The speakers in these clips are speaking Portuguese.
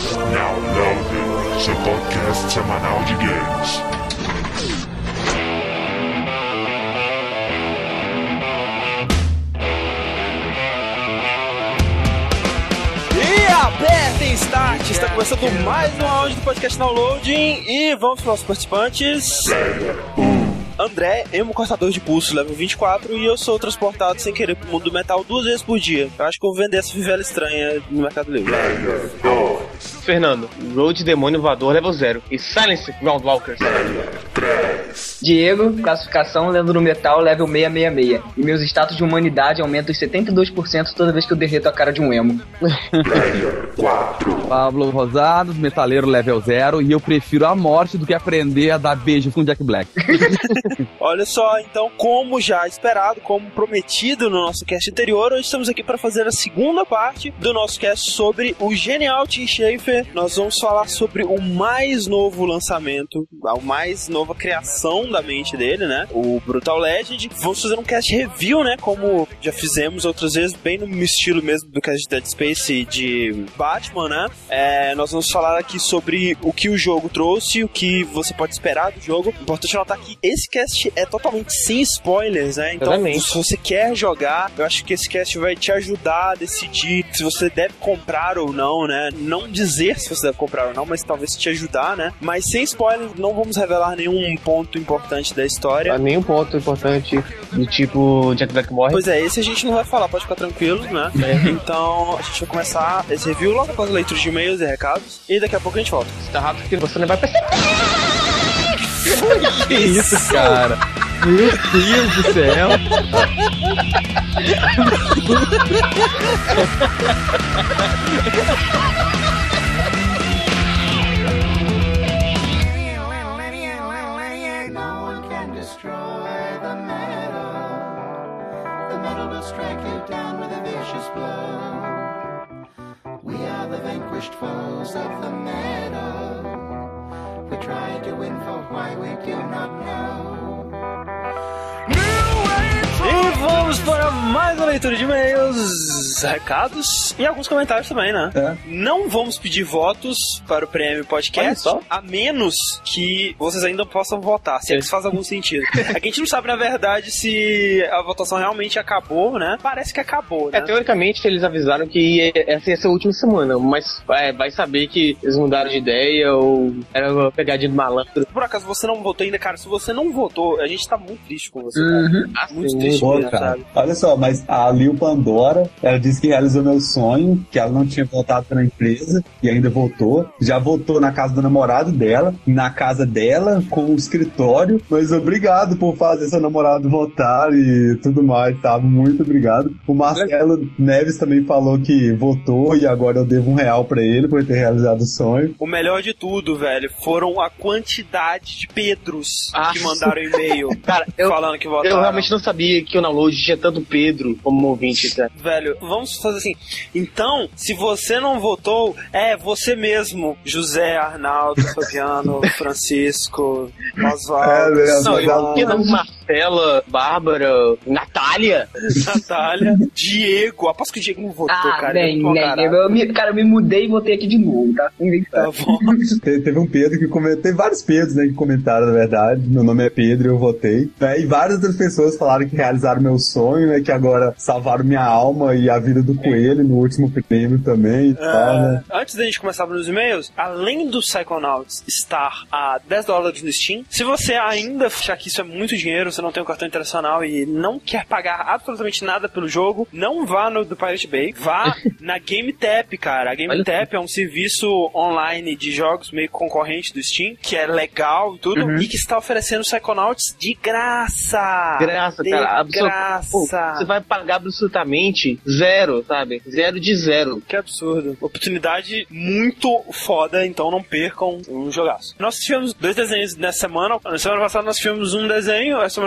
Now Loaded, seu podcast semanal de games. Apertem Start! Está começando mais um áudio do podcast Downloading e vamos para os participantes. André, emo cortador de pulso, level 24, e eu sou transportado sem querer pro mundo do metal 2 vezes por dia. Eu acho que eu vou vender essa fivela estranha no Mercado Livre. Fernando, Road Demônio Voador level 0 e Silence Groundwalkers. Diego, classificação lendo no metal level 666. E meus status de humanidade aumentam 72% toda vez que eu derreto a cara de um emo. Pablo Rosados, metaleiro level 0, e eu prefiro a morte do que aprender a dar beijo com Jack Black. Olha só, então, como já esperado, como prometido no nosso cast anterior, hoje estamos aqui para fazer a segunda parte do nosso cast sobre o genial Tim Schafer. Nós vamos falar sobre o mais novo lançamento, a mais nova criação da mente dele, né? O Brutal Legend. Vamos fazer um cast review, né? Como já fizemos outras vezes, bem no estilo mesmo do cast de Dead Space e de Batman, né? Nós vamos falar aqui sobre o que o jogo trouxe, o que você pode esperar do jogo. Importante notar que esse cast é totalmente sem spoilers, né? Então, se você quer jogar, eu acho que esse cast vai te ajudar a decidir se você deve comprar ou não, né? Não dizer se você deve comprar ou não, mas talvez te ajudar, né? Mas sem spoilers, não vamos revelar nenhum ponto importante da história. Nenhum ponto importante do tipo Jack Black morre. Pois é, esse a gente não vai falar, pode ficar tranquilo, né? Então, a gente vai começar esse review logo após a leitura de e-mails e recados, e daqui a pouco a gente volta. Tá rápido que você não vai perceber. Que isso, cara? Meu Deus do céu! No one can destroy the metal. The metal will strike you down with a vicious blow. We are the vanquished foes of the metal. We try to win for why we do not know. E vamos para mais uma leitura de e-mails, recados e alguns comentários também, né? Não vamos pedir votos para o Prêmio Podcast, a menos que vocês ainda possam votar, se isso faz algum sentido. É que a gente não sabe, na verdade, se a votação realmente acabou, né? Parece que acabou, né? Teoricamente, eles avisaram que essa ia ser a última semana, mas vai saber que eles mudaram de ideia ou era uma pegadinha de malandro. Por acaso você não votou ainda, cara? Se você não votou, a gente tá muito triste com você, cara. Muito triste mesmo, cara. sabe? Olha só, mas a Lil Pandora, ela disse que realizou meu sonho, que ela não tinha votado pela empresa e ainda votou. Já votou na casa do namorado dela, na casa dela, com o escritório. Mas obrigado por fazer seu namorado votar e tudo mais, tá? Muito obrigado. O Marcelo Neves também falou que votou e agora eu devo R$1 pra ele por ter realizado o sonho. O melhor de tudo, velho, foram a quantidade de Pedros que mandaram e-mail falando que votaram. Eu realmente não sabia que o download tinha tanto Pedro como ouvinte, tá? Velho, vamos fazer assim. Então, se você não votou, é você mesmo. José, Arnaldo, Fabiano, Francisco, Osvaldo. Marcela, Bárbara, Natália, Diego. Aposto que o Diego não votou, cara. Eu me mudei e votei aqui de novo, tá? Tá bom. Teve um Pedro que comentou, tem vários Pedros, né, que comentaram, na verdade. Meu nome é Pedro e eu votei. E várias outras pessoas falaram que realizaram meu sonho, né, que agora salvaram minha alma e a vida do coelho no último prêmio também e tal, né? Antes da gente começar nos e-mails, além do Psychonauts estar a $10 no Steam, se você ainda achar que isso é muito dinheiro, você não tem um cartão internacional e não quer pagar absolutamente nada pelo jogo, não vá no do Pirate Bay, vá na GameTap, cara. A GameTap é um serviço online de jogos meio concorrente do Steam, que é legal e tudo, e que está oferecendo Psychonauts de graça, cara. Você vai pagar absolutamente zero, sabe? Zero de zero. Que absurdo. Oportunidade muito foda, então não percam um jogaço. Nós tivemos 2 desenhos nessa semana. Na semana passada nós tivemos um desenho, essa semana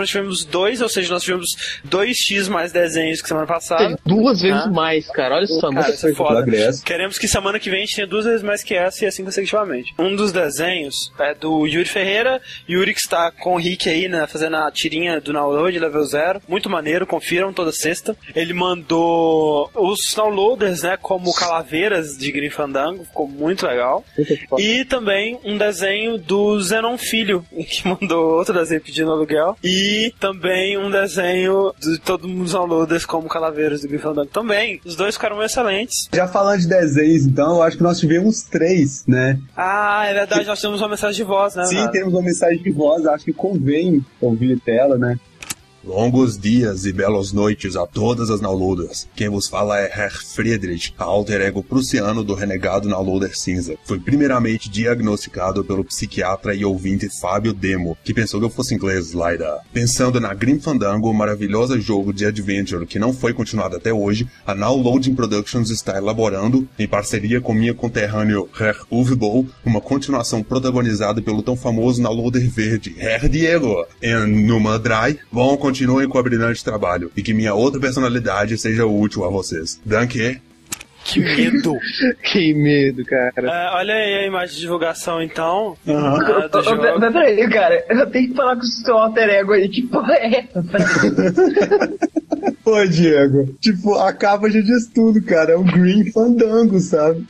semana tivemos 2, ou seja, nós tivemos 2x mais desenhos que semana passada. 2 vezes mais, cara. Olha só, Cara, isso é foda. Progresso. Queremos que semana que vem a gente tenha 2 vezes mais que essa e assim consecutivamente. Um dos desenhos é do Yuri Ferreira. Yuri que está com o Rick aí, né, fazendo a tirinha do download level 0. Muito maneiro, confiram toda sexta. Ele mandou os downloaders, né, como calaveiras de Grim Fandango. Ficou muito legal. E também um desenho do Zenon Filho, que mandou outro desenho pedindo aluguel. E também um desenho de todos os downloaders como calaveiras do Grim Fandango também. Os dois ficaram excelentes. Já falando de desenhos, então, eu acho que nós tivemos 3, né? Ah, é verdade, nós temos uma mensagem de voz, né? Sim, cara? temos uma mensagem de voz, acho que convém ouvir tela, né? Longos dias e belas noites a todas as downloaders. Quem vos fala é Herr Friedrich, a alter ego prussiano do renegado downloader cinza. Fui primeiramente diagnosticado pelo psiquiatra e ouvinte Fábio Demo, que pensou que eu fosse inglês, Laida. Pensando na Grim Fandango, maravilhoso jogo de adventure que não foi continuado até hoje, a Now Loading Productions está elaborando, em parceria com minha conterrâneo Herr Uwe Boll, uma continuação protagonizada pelo tão famoso downloader verde, Herr Diego. Em Numa Dry, continuem com o brilhante trabalho e que minha outra personalidade seja útil a vocês. Danke. Que medo! Que medo, cara. Olha aí a imagem de divulgação, então. Do jogo. Peraí, cara, eu tenho que falar com o seu alter ego aí, que porra é essa? Pô, Diego, tipo, a capa já diz tudo, cara. É o Grim Fandango, sabe?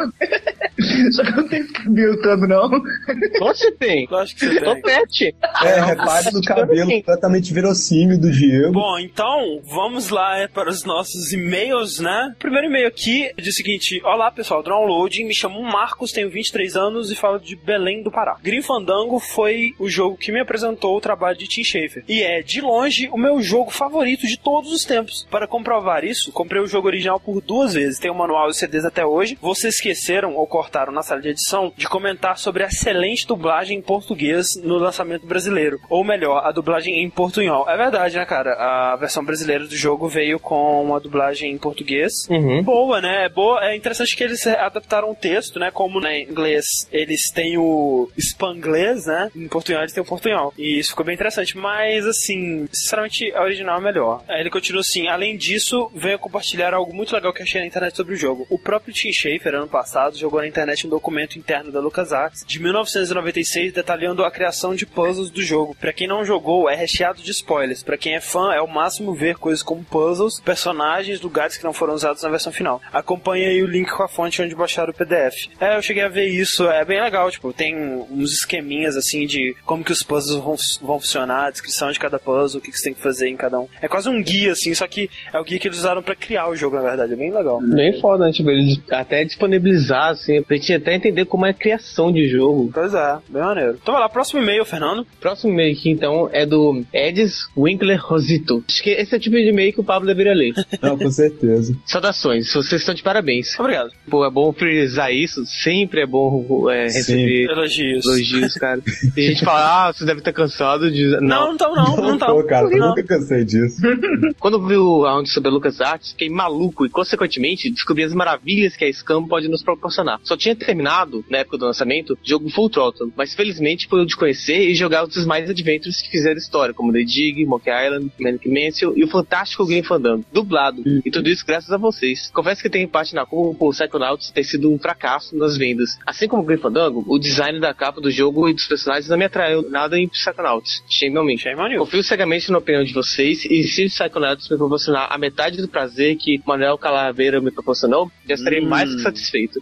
Só que eu não tenho esse cabelo todo, não. Você tem. Lógico que você tem. Topete. Repare no cabelo completamente verossímil do Diego. Bom, então, vamos lá para os nossos e-mails, né? Primeiro e-mail aqui diz o seguinte: olá pessoal, downloading, me chamo Marcos, tenho 23 anos e falo de Belém do Pará. Grim Fandango foi o jogo que me apresentou o trabalho de Tim Schafer e é, de longe, o meu jogo favorito de todos os tempos. Para comprovar isso, comprei o jogo original por 2 vezes, tem o manual e os CDs até hoje. Vocês esqueceram ou cortaram na sala de edição de comentar sobre a excelente dublagem em português no lançamento brasileiro, ou melhor, a dublagem em portunhol. É verdade, né, cara? A versão brasileira do jogo veio com uma dublagem em português boa, né? É boa. É interessante que eles adaptaram o texto, né? Como na inglês eles têm o spanglês, né? Em portunhol eles têm o portunhol. E isso ficou bem interessante. Mas, assim, sinceramente, a original é melhor. Aí ele continua assim: além disso, venho compartilhar algo muito legal que achei na internet sobre o jogo. O próprio Tim Schafer, ano passado, jogou na internet um documento interno da LucasArts de 1996 detalhando a criação de puzzles do jogo. Pra quem não jogou, é recheado de spoilers. Pra quem é fã, é o máximo ver coisas como puzzles, personagens, lugares que não foram usados na versão final. Acompanhe aí o link com a fonte onde baixar o PDF. Eu cheguei a ver isso, é bem legal, tipo, tem uns esqueminhas assim de como que os puzzles vão funcionar, a descrição de cada puzzle, o que você tem que fazer em cada um. É quase um guia, assim, só que é o guia que eles usaram pra criar o jogo, na verdade, é bem legal. Bem foda, né? Tipo, eles até disponibilizar, assim, pra gente até entender como é a criação de jogo. Pois é, bem maneiro. Então vai lá, próximo e-mail, Fernando. Próximo e-mail aqui, então, é do Edis Winkler Rosito. Acho que esse é o tipo de e-mail que o Pablo deveria ler. Não, com certeza. Saudações, vocês estão de parabéns. Obrigado. Pô, é bom frisar isso, sempre é bom receber elogios, cara. E a gente fala, você deve estar cansado de... Não tá. Pô, cara, eu nunca cansei disso. Quando eu vi o round sobre a LucasArts, fiquei maluco e, consequentemente, descobri as maravilhas que a Scam pode nos proporcionar. Só tinha terminado, na época do lançamento, o jogo Full Throttle, mas felizmente pude conhecer e jogar outros mais adventures que fizeram história, como The Dig, Monkey Island, Manic Mansion e o fantástico Grim Fandango, dublado. E tudo isso graças a vocês. Confesso que tenho parte na culpa por Psychonauts ter sido um fracasso nas vendas. Assim como o Grim Fandango, o design da capa do jogo e dos personagens não me atraiu nada em Psychonauts. Shame on me. Confio cegamente na opinião de vocês e se o Psychonauts me proporcionar a metade do prazer que Manuel Calaveira me proporcionou, já estarei mais que satisfeito.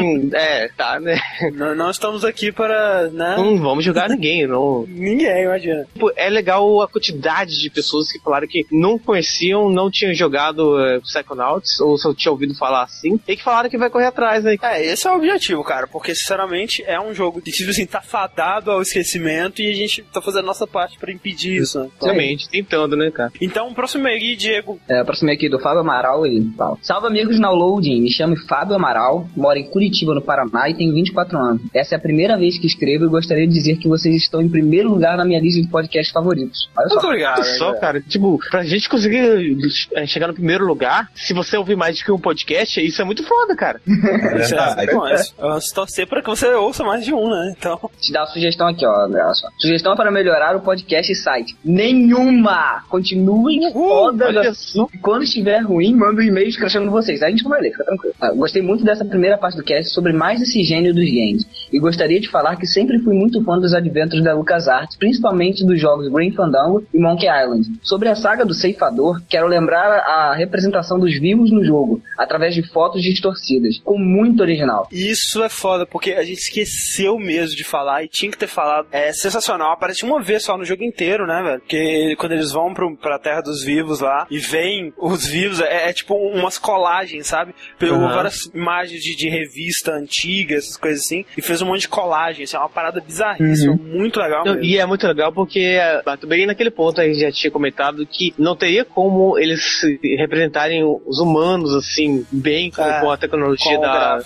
Tá, né? Não estamos aqui para, né? Não vamos julgar ninguém, não. Ninguém, imagina. É legal a quantidade de pessoas que falaram que não conheciam, não tinham jogado Psychonauts, ou só tinham ouvido falar assim, e que falaram que vai correr atrás, né? Esse é o objetivo, cara, porque sinceramente é um jogo que, tipo assim, tá fadado ao esquecimento e a gente tá fazendo a nossa parte pra impedir isso, né? Exatamente, tentando, né, cara? Então, o próximo aí, Diego. O próximo aqui do Fábio Amaral, ele fala: salve amigos downloading, me chamo Fábio Amaral, moro em Curitiba Curitiba, no Paraná, e tenho 24 anos. Essa é a primeira vez que escrevo e gostaria de dizer que vocês estão em primeiro lugar na minha lista de podcasts favoritos. Olha só. Muito obrigado. Só, cara, tipo, pra gente conseguir chegar no primeiro lugar, se você ouvir mais do que um podcast, isso é muito foda, cara. Isso é bom, vamos torcer pra que você ouça mais de um, né? Então... Te dar uma sugestão aqui, ó, olha só. Sugestão para melhorar o podcast e site. Nenhuma! Continuem fodas assim. Quando estiver ruim, manda um e-mail escrachando vocês. A gente não vai ler, fica tranquilo. Gostei muito dessa primeira parte do cast sobre mais esse gênio dos games. E gostaria de falar que sempre fui muito fã dos adventures da LucasArts, principalmente dos jogos Grim Fandango e Monkey Island. Sobre a saga do ceifador, quero lembrar a representação dos vivos no jogo, através de fotos distorcidas. Ficou muito original. Isso é foda, porque a gente esqueceu mesmo de falar e tinha que ter falado. É sensacional, aparece uma vez só no jogo inteiro, né, velho? Porque quando eles vão pra Terra dos Vivos lá e veem os vivos, é tipo umas colagens, sabe? Pegou várias imagens de revista antiga, essas coisas assim, e fez um monte de colagem, assim, é uma parada bizarríssima, muito legal mesmo. E é muito legal porque bato bem naquele ponto, a gente já tinha comentado que não teria como eles representarem os humanos, assim, bem com a tecnologia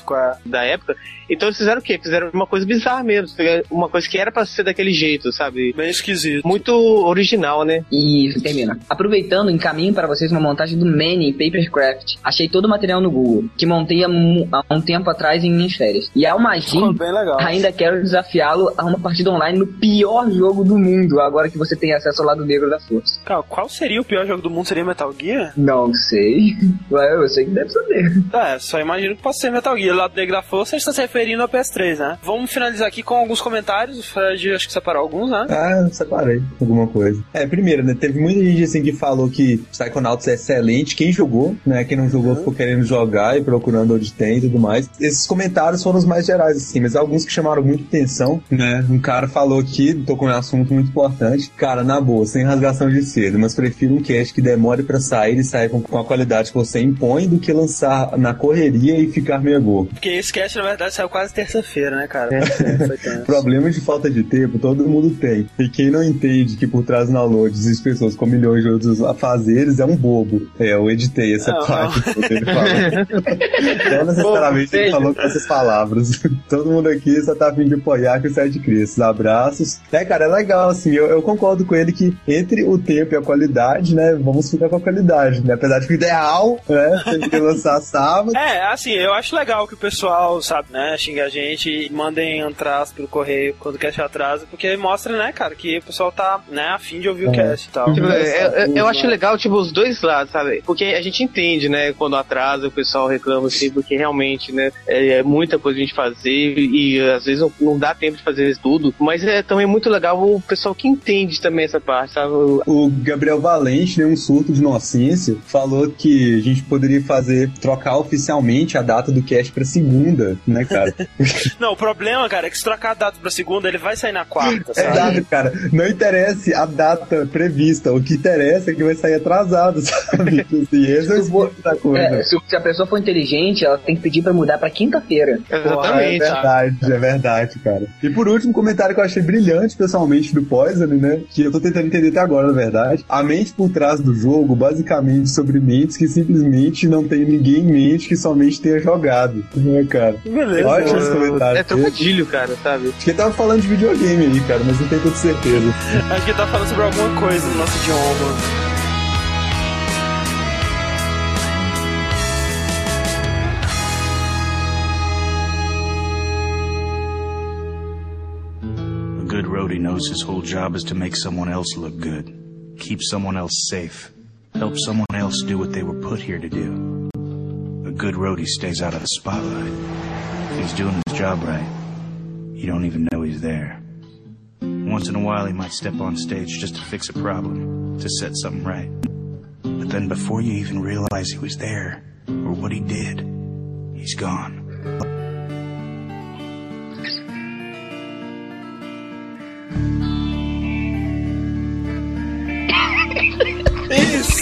da época. Então eles fizeram o quê? Fizeram uma coisa bizarra mesmo, uma coisa que era pra ser daquele jeito, sabe? Bem esquisito. Muito original, né? E termina. Aproveitando, encaminho para vocês uma montagem do Manny Papercraft. Achei todo o material no Google, que montei há um tempo atrás em minhas férias. E ao Magin, ainda quero desafiá-lo a uma partida online no pior jogo do mundo, agora que você tem acesso ao lado negro da força. Cara, qual seria o pior jogo do mundo? Seria Metal Gear? Não sei. Eu sei que deve saber. Só imagino que possa ser Metal Gear. O lado negro da força, a gente tá se referindo ao PS3, né? Vamos finalizar aqui com alguns comentários. O Fred, acho que separou alguns, né? Separei alguma coisa. Primeiro, né, teve muita gente assim que falou que Psychonauts é excelente. Quem jogou, né? Quem não jogou ficou querendo jogar e procurando onde tem e tudo mais. Esses comentários foram os mais gerais, assim, mas alguns que chamaram muita atenção, né? Um cara falou aqui, tocou em um assunto muito importante. Cara, na boa, sem rasgação de cedo, mas prefiro um cast que demore pra sair e sair com a qualidade que você impõe do que lançar na correria e ficar meio gordo. Porque esse cast, na verdade, saiu quase terça-feira, né, cara? Problemas de falta de tempo todo mundo tem. E quem não entende que por trás do download existem pessoas com milhões de outros afazeres é um bobo. Eu editei essa parte. Não necessariamente ele falou com essas palavras. Todo mundo aqui só tá vindo de apoiar que o site cresce. Abraços. Cara, é legal, assim, eu concordo com ele que entre o tempo e a qualidade, né, vamos ficar com a qualidade, né? Apesar de que o ideal, né, tem que lançar sábado. Assim, eu acho legal que o pessoal, sabe, né, xinga a gente e mandem entrar pelo correio quando o cast atrasa, porque mostra, né, cara, que o pessoal tá, né, a fim de ouvir o cast e tal. Tipo, eu acho legal, tipo, os dois lados, sabe? Porque a gente entende, né, quando atrasa o pessoal reclama, assim, porque realmente, né, é muita coisa a gente fazer e às vezes não dá tempo de fazer tudo, mas é também muito legal o pessoal que entende também essa parte, sabe? O Gabriel Valente, né, um surto de inocência, falou que a gente poderia trocar oficialmente a data do cast pra segunda, né, cara? Não, o problema, cara, é que se trocar a data pra segunda, ele vai sair na quarta, sabe? Exato, cara. Não interessa a data prevista, o que interessa é que vai sair atrasado, sabe? Assim, esse é o ponto da coisa. Se a pessoa for inteligente, ela tem que pedir pra mudar pra quinta-feira. Exatamente. É verdade, cara. E por último, um comentário que eu achei brilhante, pessoalmente, do Poison, né? Que eu tô tentando entender até agora, na verdade. A mente por trás do jogo, basicamente, sobre mentes que simplesmente não tem ninguém em mente que somente tenha jogado. Né, cara? Beleza. Ótimo esse comentário. É trocadilho, cara, sabe? Acho que ele tava falando de videogame aí, cara, mas não tenho toda certeza. Acho que ele tá falando sobre alguma coisa no nosso idioma. A good roadie knows his whole job is to make someone else look good, keep someone else safe, help someone else do what they were put here to do. A good roadie stays out of the spotlight. If he's doing his job right, you don't even know he's there. Once in a while he might step on stage just to fix a problem, to set something right. But then before you even realize he was there, or what he did, he's gone. Estamos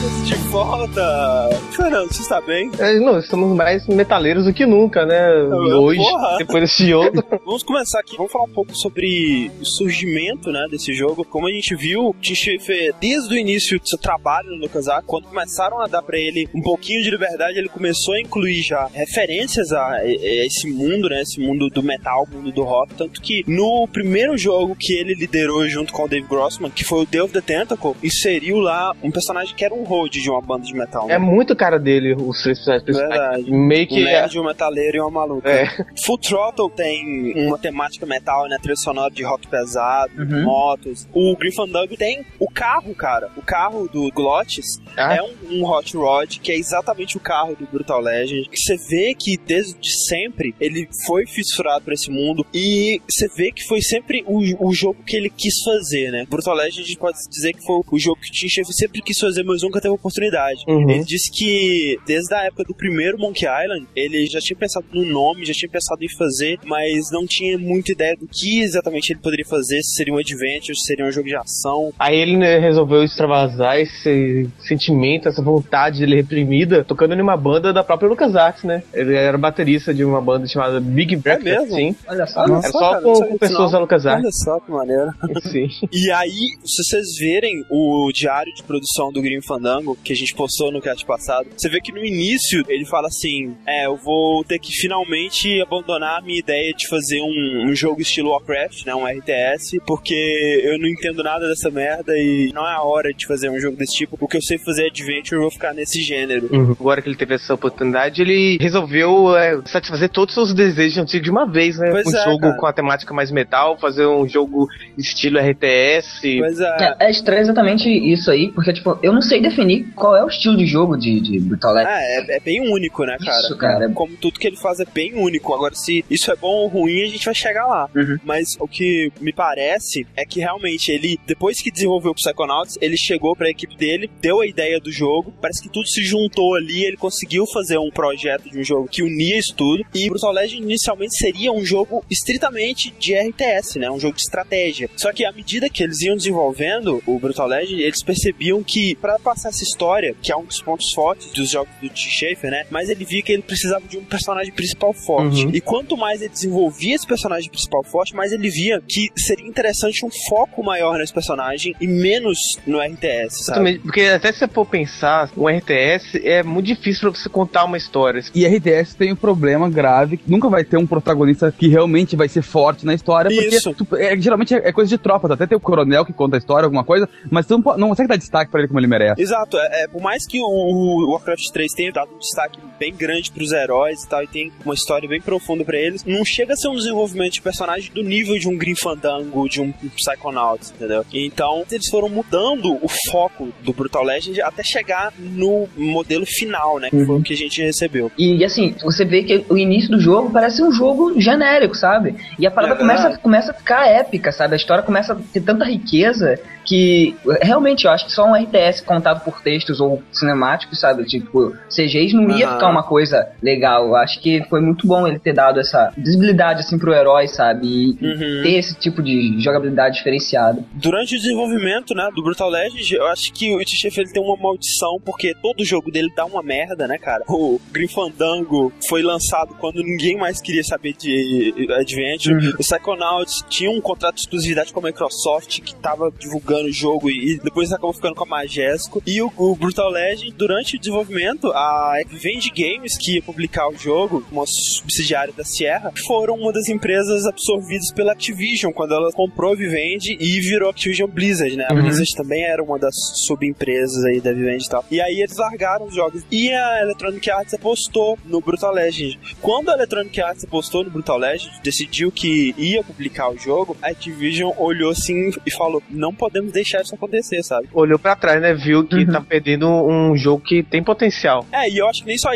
Estamos de volta! Fernando, você está bem? Não, estamos mais metaleiros do que nunca, né? Hoje, depois desse jogo. Vamos começar aqui, vamos falar um pouco sobre o surgimento, né, desse jogo. Como a gente viu, o Tim Schafer, desde o início do seu trabalho no LucasArts, quando começaram a dar pra ele um pouquinho de liberdade, ele começou a incluir já referências a esse mundo, né, esse mundo do metal, mundo do rock, tanto que no primeiro jogo que ele liderou junto com o Dave Grossman, que foi o Day of the Tentacle, inseriu lá um personagem que era um road de uma banda de metal. Né? É muito cara dele, os três personagens. Verdade. Meio que um nerd, um metaleiro e uma maluca. É. Full Throttle tem uma temática metal, né? Trilha sonora de rock pesado, motos. O Grim Fandango tem o carro, cara. O carro do Glottis é um Hot Rod, que é exatamente o carro do Brutal Legend. Você vê que desde sempre ele foi fissurado pra esse mundo e você vê que foi sempre o jogo que ele quis fazer, né? Brutal Legend pode dizer que foi o jogo que o Tim Schafer sempre quis fazer, mas nunca teve oportunidade. Ele disse que desde a época do primeiro Monkey Island, ele já tinha pensado no nome, já tinha pensado em fazer, mas não tinha muita ideia do que exatamente ele poderia fazer, se seria um adventure, se seria um jogo de ação. Aí ele, né, resolveu extravasar esse sentimento, essa vontade dele reprimida, tocando em uma banda da própria LucasArts, né? Ele era baterista de uma banda chamada Big Breakfast, sim. Olha só. Era só com pessoas da LucasArts. Olha só que maneira. Sim. E aí, se vocês verem o diário de produção do Grim Fandango, que a gente postou no cast passado, você vê que no início ele fala assim, eu vou ter que finalmente abandonar a minha ideia de fazer um jogo estilo Warcraft, né, um RTS, porque eu não entendo nada dessa merda e não é a hora de fazer um jogo desse tipo. O que eu sei fazer é adventure, eu vou ficar nesse gênero. Agora que ele teve essa oportunidade, ele resolveu satisfazer todos os seus desejos antigos de uma vez, né? Pois jogo cara. Com a temática mais metal, fazer um jogo estilo RTS. Pois é. É estranho exatamente isso aí, porque, tipo, eu não sei definir qual é o estilo de jogo de Brutal Legend. É bem único, né, cara? Isso, cara. Como tudo que ele faz é bem único. Agora, se isso é bom ou ruim, a gente vai chegar lá. Mas o que me parece é que realmente ele, depois que desenvolveu o Psychonauts, ele chegou pra equipe dele, deu a ideia do jogo, parece que tudo se juntou ali, ele conseguiu fazer um projeto de um jogo que unia isso tudo, e Brutal Legend inicialmente seria um jogo estritamente de RTS, né? Um jogo de estratégia. Só que à medida que eles iam desenvolvendo o Brutal Legend, eles percebiam que pra passar essa história, que é um dos pontos fortes dos jogos do Tim Schafer, né? Mas ele via que ele precisava de um personagem principal forte. E quanto mais ele desenvolvia esse personagem principal forte, mais ele via que seria interessante um foco maior nesse personagem e menos no RTS, sabe? Também, porque até se você for pensar, um RTS é muito difícil pra você contar uma história. E RTS tem um problema grave, que nunca vai ter um protagonista que realmente vai ser forte na história, porque geralmente é coisa de tropas, até tem o coronel que conta a história, alguma coisa, mas você não consegue dar destaque pra ele como ele merece. Exato, por mais que o Warcraft 3 tenha dado um destaque bem grande pros heróis e tal, e tem uma história bem profunda pra eles, não chega a ser um desenvolvimento de personagem do nível de um Grim Fandango, de um Psychonauts, entendeu? Então, eles foram mudando o foco do Brutal Legend até chegar no modelo final, né, que foi o que a gente recebeu. E assim, você vê que o início do jogo parece um jogo genérico, sabe? E a parada começa a ficar épica, sabe? A história começa a ter tanta riqueza que realmente eu acho que só um RTS contado por textos ou cinemáticos, sabe? Tipo, CGs não ia ficar uma coisa legal. Eu acho que foi muito bom ele ter dado essa visibilidade assim pro herói, sabe? E ter esse tipo de jogabilidade diferenciada. Durante o desenvolvimento, né, do Brutal Legend, eu acho que o Tim Schafer tem uma maldição, porque todo jogo dele dá uma merda, né, cara? O Grim Fandango foi lançado quando ninguém mais queria saber de Adventure. O Psychonauts tinha um contrato de exclusividade com a Microsoft que tava divulgando o jogo e depois acabou ficando com a Majesco. E o Brutal Legend, durante o desenvolvimento, a Vivendi Games, que ia publicar o jogo, uma subsidiária da Sierra, foram uma das empresas absorvidas pela Activision, quando ela comprou a Vivendi e virou Activision Blizzard, né? A Blizzard também era uma das subempresas aí da Vivendi e tal. E aí eles largaram os jogos. E a Electronic Arts apostou no Brutal Legend. Quando a Electronic Arts apostou no Brutal Legend, decidiu que ia publicar o jogo, a Activision olhou assim e falou, não podemos deixar isso acontecer, sabe? Olhou pra trás, né? Viu que tá perdendo um jogo que tem potencial. E eu acho que nem só isso.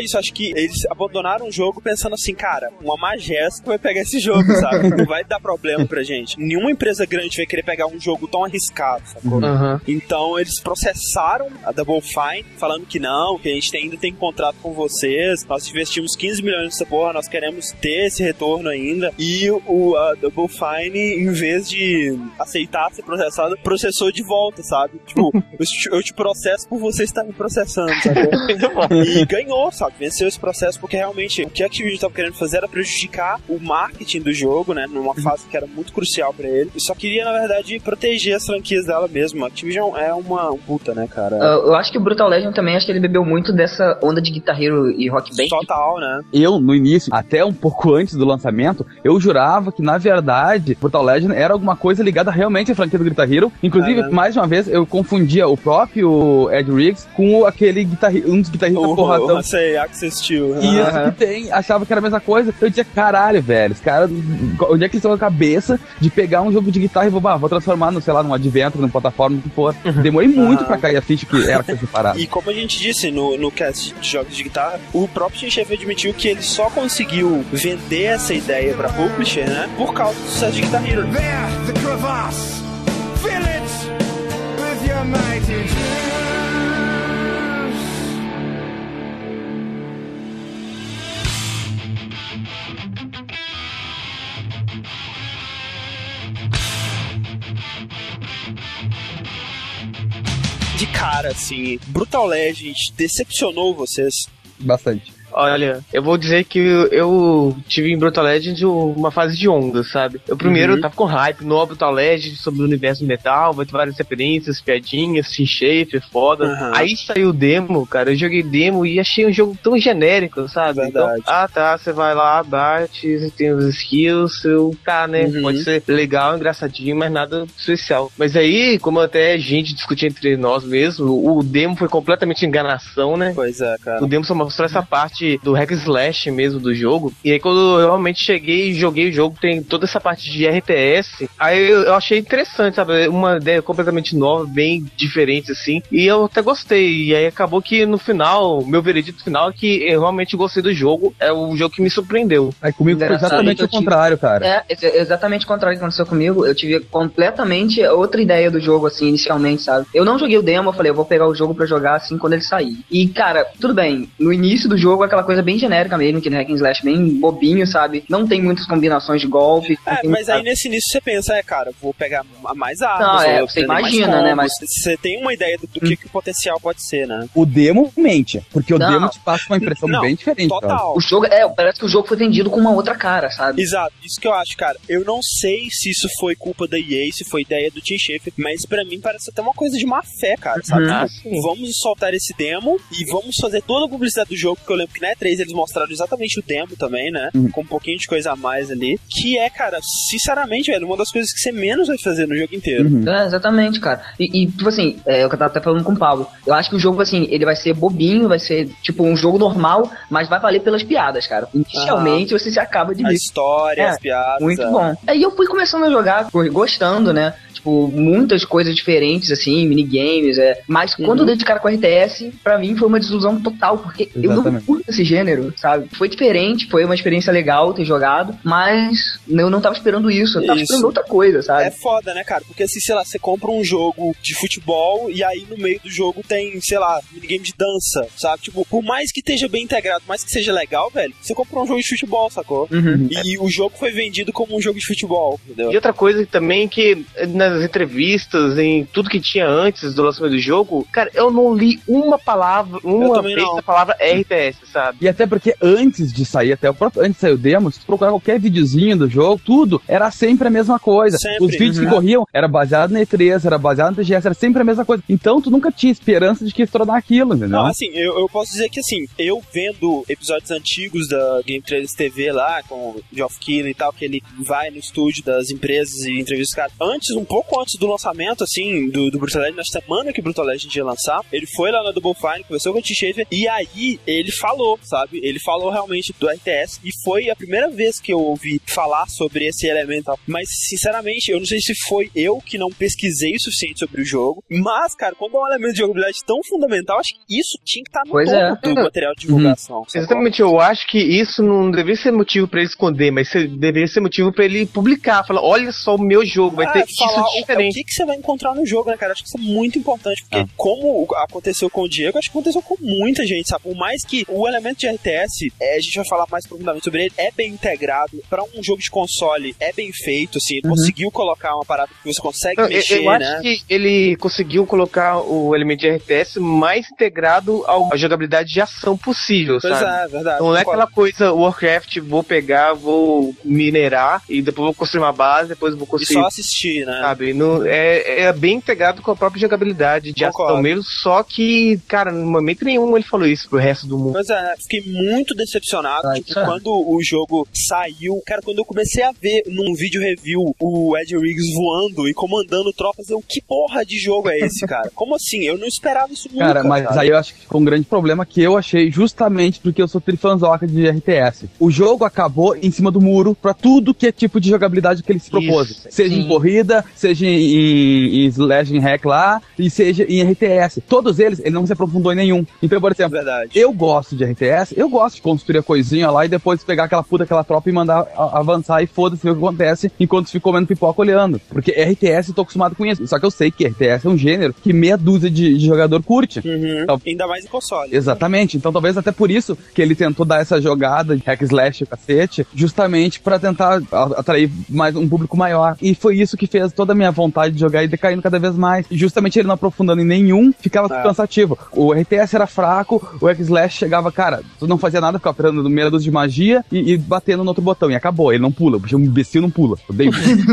isso, acho que eles abandonaram o jogo pensando assim, cara, uma Majesco vai pegar esse jogo, sabe? Não vai dar problema pra gente. Nenhuma empresa grande vai querer pegar um jogo tão arriscado, sacou? Então eles processaram a Double Fine, falando que não, que a gente ainda tem contrato com vocês, nós investimos 15 milhões nessa porra, nós queremos ter esse retorno ainda. E a Double Fine, em vez de aceitar ser processado, processou de volta, sabe? Tipo, eu te processo por você estar me processando, sabe? E ganhou, sabe? Venceu esse processo porque realmente o que a Activision estava querendo fazer era prejudicar o marketing do jogo, né? Numa fase que era muito crucial pra ele. E só queria, na verdade, proteger as franquias dela mesmo. A Activision é uma puta, né, cara? Eu acho que o Brutal Legend também, acho que ele bebeu muito dessa onda de Guitar Hero e Rock Band. Total, né? Eu, no início, até um pouco antes do lançamento, eu jurava que, na verdade, Brutal Legend era alguma coisa ligada realmente à franquia do Guitar Hero. Inclusive, mais uma vez, eu confundia o próprio Ed Riggs com aquele um dos guitarristas porradão. Eu sei, Axel Steel. Isso que tem, achava que era a mesma coisa. Eu dizia, caralho, velho, os caras, onde é que eles estão na cabeça de pegar um jogo de guitarra e vou transformar no, sei lá, num Adventure, numa plataforma, no que for. Demorei muito pra cair a ficha que era coisa separada. E como a gente disse no cast de jogos de guitarra, o próprio Tim Schafer admitiu que ele só conseguiu vender essa ideia pra publisher, né, por causa do sucesso de Guitar Hero. There, the crevasse, fill it with your mighty juice. De cara, assim, Brutal Legend decepcionou vocês? Bastante. Olha, eu vou dizer que eu tive em Brutal Legend uma fase de onda, sabe? Eu primeiro tava com hype no Brutal Legend sobre o universo do metal, vai ter várias referências, piadinhas, Tim Schafer, foda. Aí saiu o demo, cara, eu joguei demo e achei um jogo tão genérico, sabe? Verdade. Então, você vai lá, bate, você tem os skills, né? Pode ser legal, engraçadinho, mas nada especial. Mas aí, como até a gente discutia entre nós mesmo, o demo foi completamente enganação, né? Pois é, cara. O demo só mostrou essa parte do hack slash mesmo do jogo. E aí quando eu realmente cheguei e joguei o jogo, tem toda essa parte de RTS. Aí eu achei interessante, sabe? Uma ideia completamente nova, bem diferente assim. E eu até gostei. E aí acabou que no final, meu veredito final é que eu realmente gostei do jogo. É o jogo que me surpreendeu. Aí comigo foi exatamente o contrário, cara. Exatamente o contrário que aconteceu comigo. Eu tive completamente outra ideia do jogo, assim, inicialmente, sabe? Eu não joguei o demo, eu falei, eu vou pegar o jogo pra jogar assim quando ele sair. E, cara, tudo bem. No início do jogo, aquela coisa bem genérica mesmo, que no hack and slash bem bobinho, sabe? Não tem muitas combinações de golpe. Mas aí nesse início você pensa, cara, vou pegar mais armas. Não, você imagina, né? Mas você tem uma ideia do que o potencial pode ser, né? O demo mente, porque o demo te passa uma impressão bem diferente. Total. O jogo, parece que o jogo foi vendido com uma outra cara, sabe? Exato, isso que eu acho, cara. Eu não sei se isso foi culpa da EA, se foi ideia do Tim Schafer, mas pra mim parece até uma coisa de má fé, cara, sabe? Vamos soltar esse demo e vamos fazer toda a publicidade do jogo, porque eu lembro que na E3 eles mostraram exatamente o demo também, né? Com um pouquinho de coisa a mais ali. Que é, cara, sinceramente, velho, uma das coisas que você menos vai fazer no jogo inteiro. Exatamente, cara. E tipo assim, eu tava até falando com o Paulo. Eu acho que o jogo, assim, ele vai ser bobinho, vai ser, tipo, um jogo normal, mas vai valer pelas piadas, cara. Inicialmente, você se acaba de ver. A história, as piadas. Muito bom. Aí eu fui começando a jogar, gostando, né? Tipo, muitas coisas diferentes, assim, minigames, mas quando eu dei de cara com a RTS, pra mim foi uma desilusão total, porque eu não curto esse gênero, sabe? Foi diferente, foi uma experiência legal ter jogado, mas eu não tava esperando isso, eu tava esperando outra coisa, sabe? É foda, né, cara? Porque assim, sei lá, você compra um jogo de futebol e aí no meio do jogo tem, sei lá, minigame de dança, sabe? Tipo, por mais que esteja bem integrado, por mais que seja legal, velho, você comprou um jogo de futebol, sacou? E o jogo foi vendido como um jogo de futebol, entendeu? E outra coisa também que nas entrevistas, em tudo que tinha antes do lançamento do jogo, cara, eu não li uma palavra, a palavra RTS, sabe? E até porque antes de sair, antes de sair o demo, se tu procurar qualquer videozinho do jogo, tudo era sempre a mesma coisa. Sempre. Os vídeos que corriam era baseado na E3, era baseado no TGS, era sempre a mesma coisa. Então tu nunca tinha esperança de que ia se tornar aquilo, entendeu? Não, assim, eu posso dizer que assim, eu vendo episódios antigos da Game Trailers TV lá, com o Geoff Keighley e tal, que ele vai no estúdio das empresas e entrevista os caras. Um pouco antes do lançamento, assim, do Brutal Legend, na semana que o Brutal Legend ia lançar, ele foi lá na Double Fine, conversou com o Tim Schafer, e aí ele falou falou, sabe? Ele falou realmente do RTS e foi a primeira vez que eu ouvi falar sobre esse elemento. Mas, sinceramente, eu não sei se foi eu que não pesquisei o suficiente sobre o jogo, mas, cara, quando é um elemento de jogabilidade tão fundamental, acho que isso tinha que estar no topo do material de divulgação. Exatamente, eu acho que isso não deveria ser motivo pra ele esconder, mas deveria ser motivo pra ele publicar, falar, olha só o meu jogo, vai ter falar isso diferente. O que você vai encontrar no jogo, né, cara? Acho que isso é muito importante, porque como aconteceu com o Diego, acho que aconteceu com muita gente, sabe? Por mais que o elemento de RTS, a gente vai falar mais profundamente sobre ele, é bem integrado, pra um jogo de console é bem feito, assim, ele conseguiu colocar uma parada que você consegue mexer, eu acho que ele conseguiu colocar o elemento de RTS mais integrado à jogabilidade de ação possível, pois sabe? É verdade. Não é aquela coisa Warcraft, vou pegar, vou minerar e depois vou construir uma base, depois vou construir... E só assistir, né? Sabe? Não, é bem integrado com a própria jogabilidade de ação mesmo, só que, cara, no momento nenhum ele falou isso pro resto do mundo. Pois é, fiquei muito decepcionado, quando o jogo saiu, cara, quando eu comecei a ver num vídeo review o Ed Riggs voando e comandando tropas, que porra de jogo é esse, cara? Como assim? Eu não esperava isso nunca. Cara, mas aí eu acho que ficou um grande problema que eu achei justamente porque eu sou trifanzoca de RTS. O jogo acabou em cima do muro pra tudo que é tipo de jogabilidade que ele se propôs. Isso, seja em corrida, seja em Slash Hack lá, e seja em RTS. Todos eles, ele não se aprofundou em nenhum. Então, por exemplo, eu gosto de RTS, eu gosto de construir a coisinha lá e depois pegar aquela tropa e mandar avançar e foda-se ver o que acontece enquanto fica comendo pipoca olhando. Porque RTS eu tô acostumado com isso. Só que eu sei que RTS é um gênero que meia dúzia de jogador curte. Então, ainda mais em console. Exatamente. Então talvez até por isso que ele tentou dar essa jogada de hack slash cacete, justamente pra tentar atrair mais um público maior. E foi isso que fez toda a minha vontade de jogar e decaindo cada vez mais. E justamente ele não aprofundando em nenhum, ficava cansativo. O RTS era fraco, o hack slash chegava, cara, tu não fazia nada, ficava operando no meia dúzia de magia e batendo no outro botão. E acabou, ele não pula. O imbecil não pula. Odeio.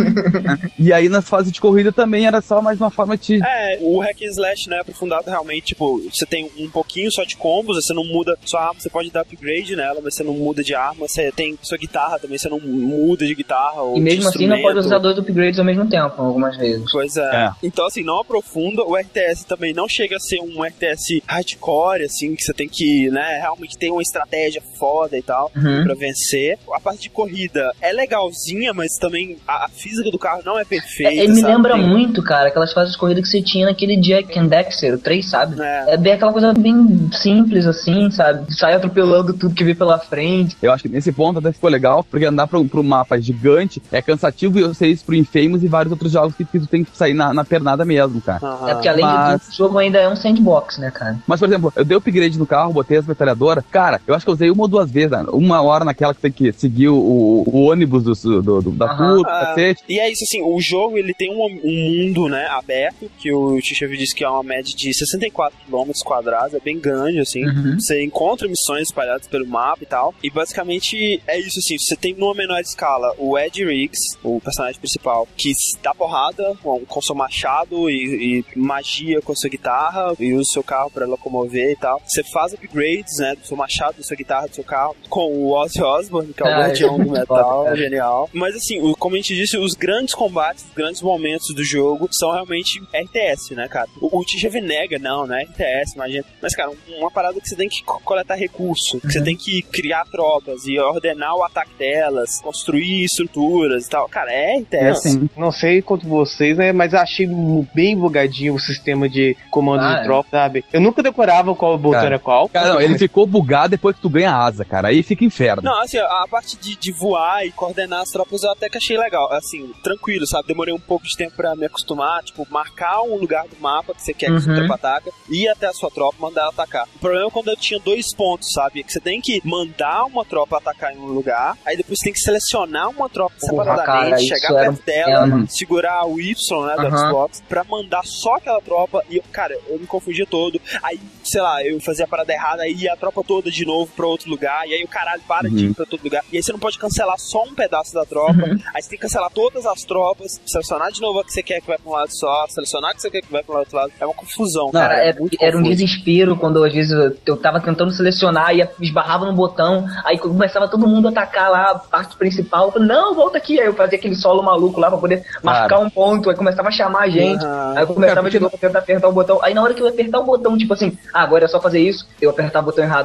E aí nas fases de corrida também era só mais uma forma de... o hack and slash, né, aprofundado realmente, tipo, você tem um pouquinho só de combos, você não muda sua arma, você pode dar upgrade nela, mas você não muda de arma, você tem sua guitarra também, você não muda de guitarra ou e mesmo de assim não pode usar 2 upgrades ao mesmo tempo, algumas vezes. Pois é. Então, assim, não aprofunda, o RTS também não chega a ser um RTS hardcore, assim, que você tem que, né, realmente ter uma estratégia foda e tal, pra vencer. A parte de corrida é legalzinha, mas também a física do carro não é perfeita. Ele me lembra muito, cara, aquelas fases de corrida que você tinha naquele Jack and Dexter, o 3, sabe? É bem aquela coisa bem simples, assim, sabe? Sai atropelando tudo que vê pela frente. Eu acho que nesse ponto até ficou legal, porque andar pro mapa gigante é cansativo e eu sei isso pro Infamous e vários outros jogos que tu tem que sair na pernada mesmo, cara. É porque além de tudo, o jogo ainda é um sandbox, né, cara? Mas, por exemplo, eu dei upgrade no carro, botei as metralhadoras, cara, eu acho que eu usei 1 ou 2 vezes, né? 1 hora naquela que tem que seguir o ônibus da puta, cacete. E é isso, assim, o jogo, ele tem um mundo, né, aberto, que o Tishavi disse que é uma média de 64 km quadrados, é bem grande, assim. Você encontra missões espalhadas pelo mapa e tal, e basicamente é isso, assim, você tem numa menor escala o Ed Riggs, o personagem principal, que dá porrada com seu machado e magia com a sua guitarra, e usa o seu carro pra locomover e tal. Você faz upgrades, né, do seu machado, da sua guitarra, do seu carro, com o Ozzy Osbourne, que é o guardião do metal, genial. Mas assim, como a gente disse, os grandes combates, os grandes momentos do jogo são realmente RTS, né, cara? O Tishavi nega, não é RTS, imagina. Mas, cara, uma parada que você tem que coletar recurso, que você tem que criar tropas e ordenar o ataque delas, construir estruturas e tal. Cara, é RTS. Não sei quanto vocês, né, mas achei bem bugadinho o sistema de comando de tropa, sabe? Eu nunca decorava qual botão era qual. Cara, não, ele ficou bugado depois que tu ganha asa, cara. Aí fica inferno. Não, assim, a parte de voar e coordenar as tropas eu até que achei legal. Assim, tranquilo, sabe? Demorei um pouco de tempo pra me acostumar. Tipo, marcar um lugar do mapa que você quer que sua tropa ataca, ir até a sua tropa, mandar ela atacar. O problema é quando eu tinha 2 pontos, sabe? Que você tem que mandar uma tropa atacar em um lugar, aí depois você tem que selecionar uma tropa separadamente, chegar perto dela, segurar o Y, né, do Xbox, pra mandar só aquela tropa. E, cara, eu me confundia todo. Aí, sei lá, eu fazia a parada errada, aí ia a tropa toda de novo pra outro lugar, e aí o caralho para de ir pra todo lugar. E aí você não pode cancelar só um pedaço da tropa, aí você tem que cancelar todas as tropas, selecionar de novo a que você quer que vai pra um lado só, selecionar a que você quer que vai pro outro lado. É uma confusão, cara. Era um desespero quando às vezes eu tava tentando selecionar e esbarrava no botão, aí começava todo mundo a atacar lá a parte principal. Eu falei, não, volta aqui. Aí eu fazia aquele solo maluco lá pra poder marcar um ponto, aí começava a chamar a gente, aí eu começava de novo a apertar o botão. Aí na hora que eu ia apertar o botão, tipo assim, agora é só fazer isso, eu apertava o botão errado.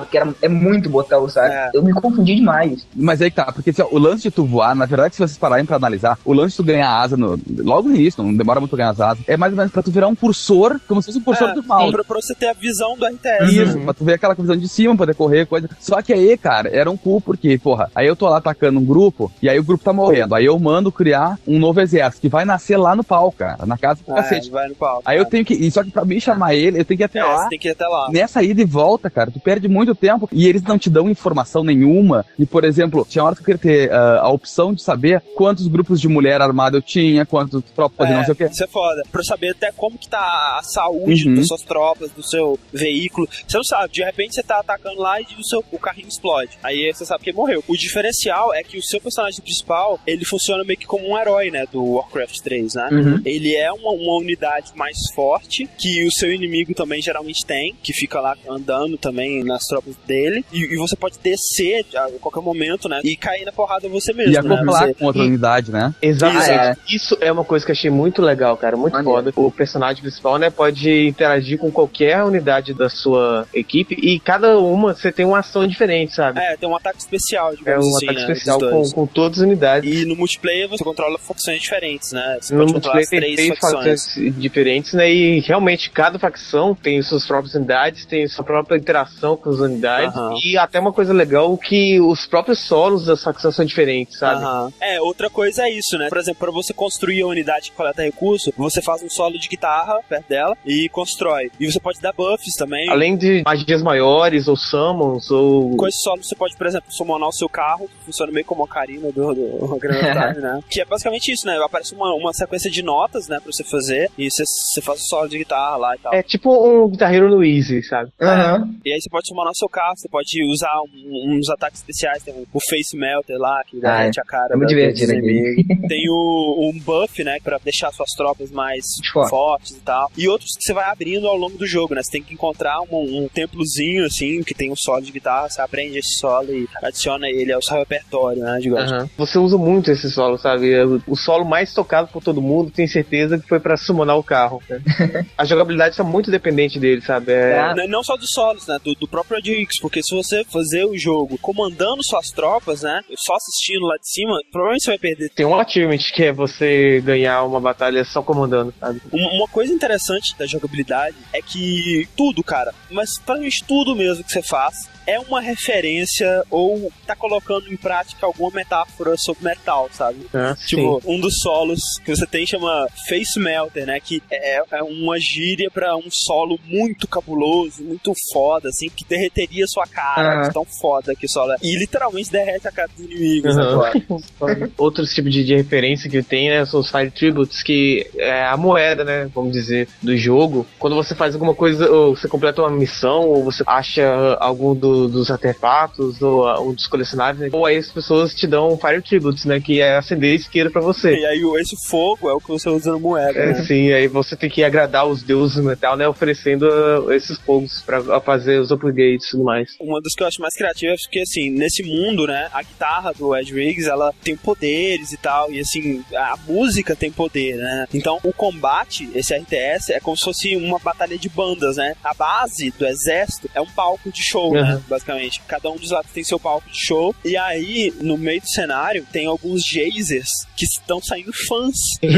lado, que é muito botão, sabe? Eu me confundi demais. Mas aí que tá, porque assim, ó, o lance de tu voar, na verdade, se vocês pararem pra analisar, o lance de tu ganhar asa logo no início, não demora muito pra ganhar as asas, é mais ou menos pra tu virar um cursor, como se fosse um cursor do mal. Pra você ter a visão do RTS. Isso, pra tu ver aquela visão de cima, poder correr, coisa. Só que aí, cara, era um cu, porque, porra, aí eu tô lá atacando um grupo, e aí o grupo tá morrendo. Aí eu mando criar um novo exército, que vai nascer lá no pau, cara, na casa do cacete. Vai no pau. Aí eu tenho que, só que pra me chamar ele, eu tenho que ir até lá. Você tem que ir até lá. Nessa ida e volta, cara, tu perde muito tempo, e eles não te dão informação nenhuma. E, por exemplo, tinha hora que eu queria ter a opção de saber quantos grupos de mulher armada eu tinha, quantos tropas de não sei o quê. Isso é foda. Pra saber até como que tá a saúde das suas tropas, do seu veículo. Você não sabe, de repente você tá atacando lá e o carrinho explode. Aí você sabe que morreu. O diferencial é que o seu personagem principal, ele funciona meio que como um herói, né, do Warcraft 3, né? Ele é uma unidade mais forte, que o seu inimigo também geralmente tem, que fica lá andando também nas tropas dele, e você pode descer a qualquer momento, né, e cair na porrada você mesmo, e acoplar com outra unidade, né? Exatamente. Isso é uma coisa que eu achei muito legal, cara, muito foda. O personagem principal, né, pode interagir com qualquer unidade da sua equipe, e cada uma você tem uma ação diferente, sabe? Tem um ataque especial, digamos assim, ataque especial com todas as unidades. E no multiplayer você controla facções diferentes, né? Você no pode controlar multiplayer as três facções diferentes, né? E realmente cada facção tem suas próprias unidades, tem sua própria interação com as unidades, e até uma coisa legal que os próprios solos das facções são diferentes, sabe? Outra coisa é isso, né? Por exemplo, para você construir a unidade que coleta recurso, você faz um solo de guitarra perto dela e constrói. E você pode dar buffs também. Além de magias maiores, ou summons, ou... Com esse solo você pode, por exemplo, summonar o seu carro, que funciona meio como a Ocarina do Grand Time, né? Que é basicamente isso, né? Aparece uma sequência de notas, né, pra você fazer, e você faz o solo de guitarra lá e tal. É tipo um guitarreiro no Easy, sabe? E aí você pode summonar o seu carro, você pode usar uns ataques especiais, tem o Face Melter lá, que derrete a cara do inimigo. Tem um buff, né, pra deixar suas tropas mais fortes e tal. E outros que você vai abrindo ao longo do jogo, né? Você tem que encontrar um templozinho, assim, que tem um solo de guitarra, você aprende esse solo e adiciona ele ao seu repertório, né, digamos. Você usa muito esse solo, sabe? O solo mais tocado por todo mundo, tenho certeza que foi pra summonar o carro, né? A jogabilidade está muito dependente dele, sabe? Não só dos solos, né? Do próprio AdX, porque se você fazer o jogo comandando suas tropas, né? Só assistindo lá de cima, provavelmente você vai perder. Tem um achievement que é você ganhar uma batalha só comandando, sabe? Uma coisa interessante da jogabilidade é que tudo, cara, mas praticamente tudo mesmo que você faz é uma referência ou tá colocando em prática alguma metáfora sobre metal, sabe? Tipo, um dos solos que você tem chama Face Melter, né? Que é uma gíria pra um solo muito cabuloso, muito foda, assim, que derreteria sua cara, de tão foda que o solo é. E literalmente derrete a cara dos inimigos agora. Outros tipos de referência que tem, né? São os Fire Tributes, que é a moeda, né? Vamos dizer, do jogo. Quando você faz alguma coisa, ou você completa uma missão, ou você acha algum dos artefatos, ou um dos colecionáveis, né? Ou aí as pessoas te dão Fire Tributes, né? Que é acender a isqueira pra você. E aí esse fogo é o que você usa no moeda, né? Sim, aí você tem que agradar os deuses do metal, né? Oferecendo esses fogos pra fazer os upgrades e tudo mais. Uma das que eu acho mais criativas é porque, assim, nesse mundo, né? A guitarra do Ed Riggs, ela tem poderes e tal, e assim, a música tem poder, né? Então, o combate, esse RTS, é como se fosse uma batalha de bandas, né? A base do exército é um palco de show, né? Basicamente. Cada um dos lados tem seu palco de show. E aí, no meio do cenário, tem alguns geysers que estão saindo fãs.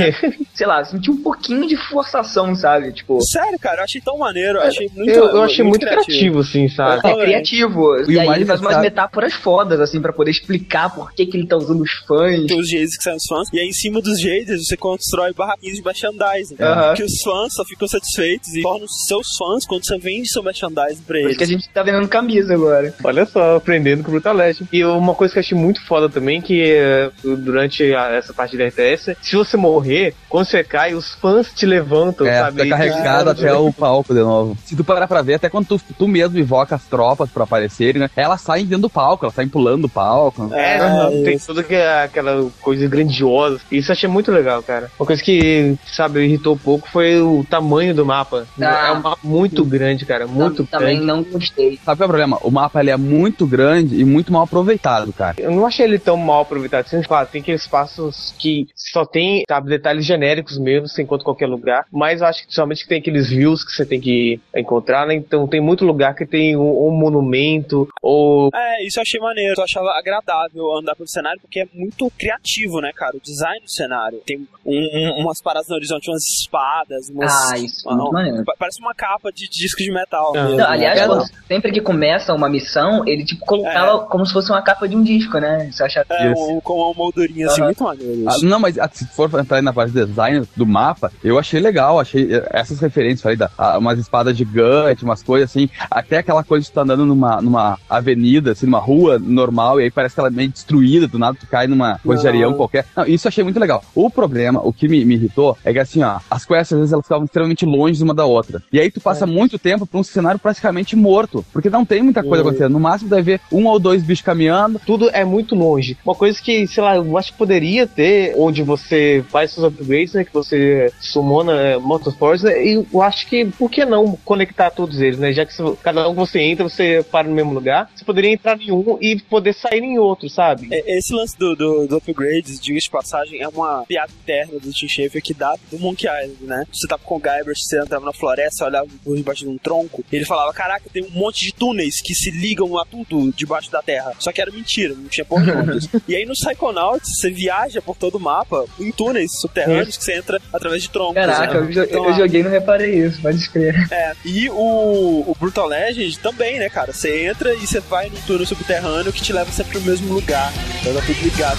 Sei lá, senti um pouquinho de forçação, sabe? Tipo... Sério, cara, eu achei tão maneiro. Eu achei muito criativo, assim, sabe? É criativo. E aí ele faz umas metáforas fodas, assim, pra poder explicar por que ele tá usando os fãs. Tem os geysers que saem os fãs. E aí, em cima dos geysers, você constrói barraquinhos de merchandising. Que os fãs só ficam satisfeitos e tornam seus fãs quando você vende seu merchandising pra eles. Por isso que a gente tá vendendo camisa agora. Olha só, aprendendo com o Brutal Legend. E uma coisa que eu achei muito foda também, que durante essa parte da RTS, se você morrer, quando você cai, os fãs te levantam, sabe? Fica carregado até o palco de novo. Se tu parar pra ver, até quando tu mesmo invoca as tropas pra aparecerem, né? Elas saem dentro do palco, elas saem pulando do palco. Tem toda aquela coisa grandiosa. Isso eu achei muito legal, cara. Uma coisa que, sabe, irritou um pouco foi o tamanho do mapa. É um mapa muito grande, cara. Muito grande. Também não gostei. Sabe qual é o problema? O mapa ele é muito grande e muito mal aproveitado, cara. Eu não achei ele tão mal aproveitado. Claro, tem aqueles espaços que só tem, sabe, detalhes genéricos mesmo, você encontra em qualquer lugar. Mas eu acho que somente tem aqueles views que você tem que encontrar, né? Então tem muito lugar que tem ou um monumento, ou... Isso eu achei maneiro, eu achava agradável andar pelo cenário, porque é muito criativo, né, cara? O design do cenário. Tem umas paradas no horizonte, umas espadas, isso é muito maneiro. Parece uma capa de disco de metal. Não, aliás, sempre que começa uma missão, ele tipo colocava como se fosse uma capa de um disco, né? Você acha com uma moldurinha assim, muito maneiro. Não, mas se for entrar na parte de design do mapa, eu achei legal, achei essas referências, falei, umas espadas gigantes, umas coisas assim, até aquela coisa de tu tá andando numa avenida, assim, numa rua normal, e aí parece que ela é meio destruída, do nada tu cai numa coisa de areião qualquer. Não, isso eu achei muito legal. O problema, o que me irritou, é que assim, as quests às vezes elas ficavam extremamente longe uma da outra. E aí tu passa muito tempo pra um cenário praticamente morto, porque não tem muita coisa acontecendo. No máximo deve ver 1 ou 2 bichos caminhando. Tudo é muito longe. Uma coisa que, sei lá, eu acho que poderia ter, onde você faz seus upgrades, né, que você summona Motorforce, e eu acho que, por que não conectar todos eles, né? Já que cada um que você entra, você para no mesmo lugar, você poderia entrar em um e poder sair em outro, sabe? Esse lance do upgrades, diga-se de passagem, é uma piada interna do Tim Schafer que dá do Monkey Island, né? Você tava com o Guybrush, você entrava na floresta, olhava por debaixo de um tronco, ele falava, caraca, tem um monte de túneis que se ligam a tudo debaixo da terra. Só que era mentira, não tinha porra nenhuma disso. E aí no Psychonauts, você viaja por todo o mapa em túneis subterrâneos que você entra através de troncos. Caraca, né? eu joguei e não reparei isso, pode escrever. E o Brutal Legend também, né, cara? Você entra e você vai num túnel subterrâneo que te leva sempre pro mesmo lugar. Então tá tudo ligado.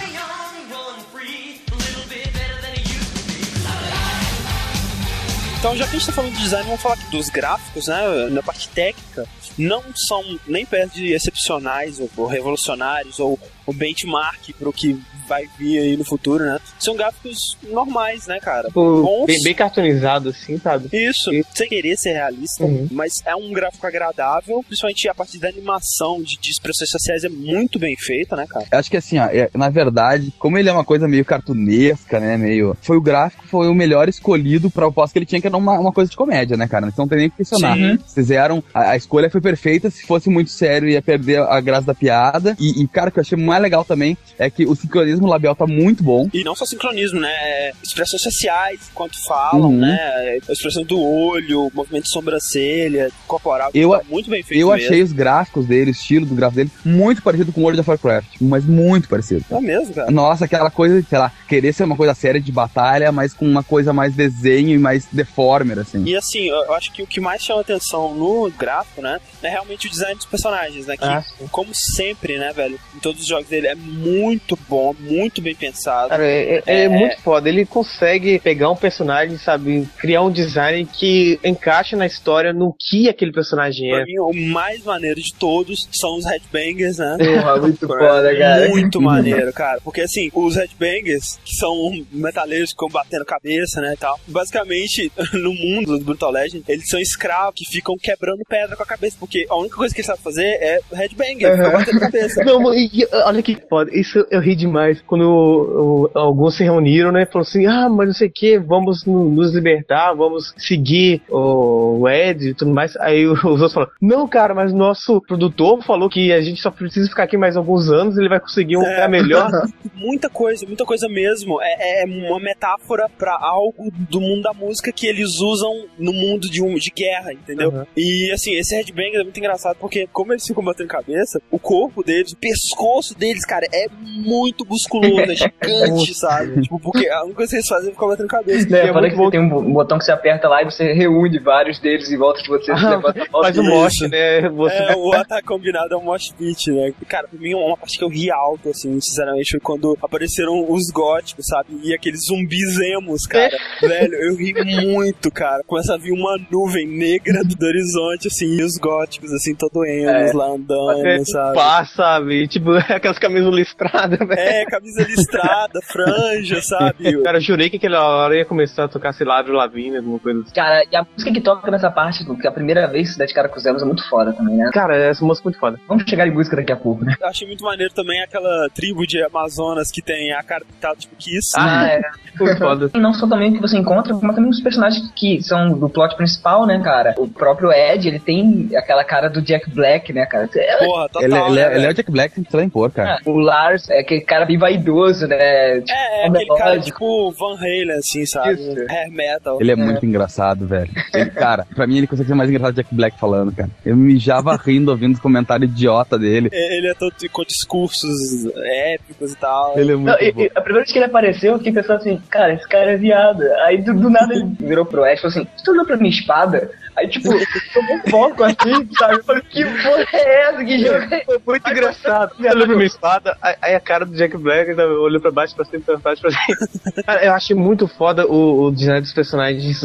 Então, já que a gente tá falando de design, vamos falar aqui dos gráficos, né? Na parte técnica, não são nem perto de excepcionais ou revolucionários ou benchmark pro que vai vir aí no futuro, né? São gráficos normais, né, cara? Bons. Bem cartoonizado, assim, sabe? Isso, sem querer ser realista, mas é um gráfico agradável, principalmente a partir da animação de expressões sociais é muito bem feita, né, cara? Acho que assim, na verdade, como ele é uma coisa meio cartunesca, né, foi o melhor escolhido pra oposta que ele tinha, que era uma coisa de comédia, né, cara? Então não tem nem o que questionar. Fizeram, a escolha foi perfeita, se fosse muito sério ia perder a graça da piada, e cara, o que eu achei mais legal também é que o sincronismo labial tá muito bom. E não só sincronismo, né? Expressões sociais, enquanto falam, né? A expressão do olho, movimento de sobrancelha, corporal, tá muito bem feito. Eu achei os gráficos dele, o estilo do gráfico dele, muito parecido com o World of Warcraft, mas muito parecido. É mesmo, cara? Nossa, aquela coisa, sei lá, querer ser uma coisa séria de batalha, mas com uma coisa mais desenho e mais deformer, assim. E assim, eu acho que o que mais chama atenção no gráfico, né, é realmente o design dos personagens, né? Que, como sempre, né, velho, em todos os jogos dele é muito bom, muito bem pensado. Cara, é muito foda. Ele consegue pegar um personagem, sabe, criar um design que encaixa na história no que aquele personagem é. Pra mim, o mais maneiro de todos são os Headbangers, né? Muito foda, cara. Muito maneiro, cara. Porque, assim, os Headbangers, que são metaleiros que ficam batendo cabeça, né, e tal, basicamente, no mundo do Brutal Legend, eles são escravos que ficam quebrando pedra com a cabeça, porque a única coisa que eles sabem fazer é Headbanger, ficar batendo cabeça. Não, olha que foda. Isso eu ri demais. Quando alguns se reuniram, né, falaram assim, mas não sei o que, vamos nos libertar, vamos seguir o Ed e tudo mais. Aí os outros falaram, não, cara, mas o nosso produtor falou que a gente só precisa ficar aqui mais alguns anos, ele vai conseguir um lugar melhor. Muita coisa mesmo. É uma metáfora pra algo do mundo da música que eles usam no mundo de guerra, entendeu? E assim, esse Headbanger é muito engraçado porque como eles ficam batendo cabeça, o corpo deles, o pescoço deles, cara, é muito musculoso, é gigante, sabe? Tipo, porque a única coisa que eles fazem é ficar batendo cabeça. É muito bom. Tem um botão que você aperta lá e você reúne vários deles em volta de você. Faz um mosh, né? O ataque combinado é um mosh pit, né? Cara, pra mim uma parte que eu ri alto, assim, sinceramente, foi quando apareceram os góticos, sabe? E aqueles zumbis emos, cara. Velho, eu ri muito, cara. Começa a vir uma nuvem negra do horizonte, assim, e os góticos, assim, todo emos lá andando, sabe? Sabe? Tipo, aquelas camisas listradas, velho. Camisa listrada, franja, sabe? Cara, eu jurei que aquela hora ia começar a tocar, sei lá, Avril Lavigne, alguma coisa assim. Cara, e a música que toca nessa parte, que é a primeira vez que se dá de cara com os emos, é muito foda também, né? Cara, essa música é muito foda. Vamos chegar em música daqui a pouco, né? Eu achei muito maneiro também aquela tribo de Amazonas que tem a cara pintada tipo Kiss. Foi foda. E não só também o que você encontra, mas também os personagens que são do plot principal, né, cara? O próprio Ed, ele tem aquela cara do Jack Black, né, cara? Porra, total. Ele é o Jack Black sem impor, cara. cara. O Lars é aquele cara bem vaidoso, né? Tipo, aquele cara tipo Van Halen, assim, sabe? Isso. Hair metal. Ele é muito engraçado, velho. Cara, pra mim ele consegue ser mais engraçado que Jack Black falando, cara. Eu me mijava rindo ouvindo os comentários idiota dele. Ele é todo com discursos épicos e tal. Ele é muito bom. A primeira vez que ele apareceu, eu fiquei pensando assim, cara, esse cara é viado. Aí do nada ele virou pro Ash e falou assim, você olhou pra minha espada? Aí, tipo, tomou um foco assim, sabe? Eu falei, que porra é essa? Que jogo é? Foi muito engraçado. Eu olhei pra minha espada, aí a cara do Jack Black olhou pra baixo, pra cima, pra baixo, pra cima. Cara, eu achei muito foda o design dos personagens,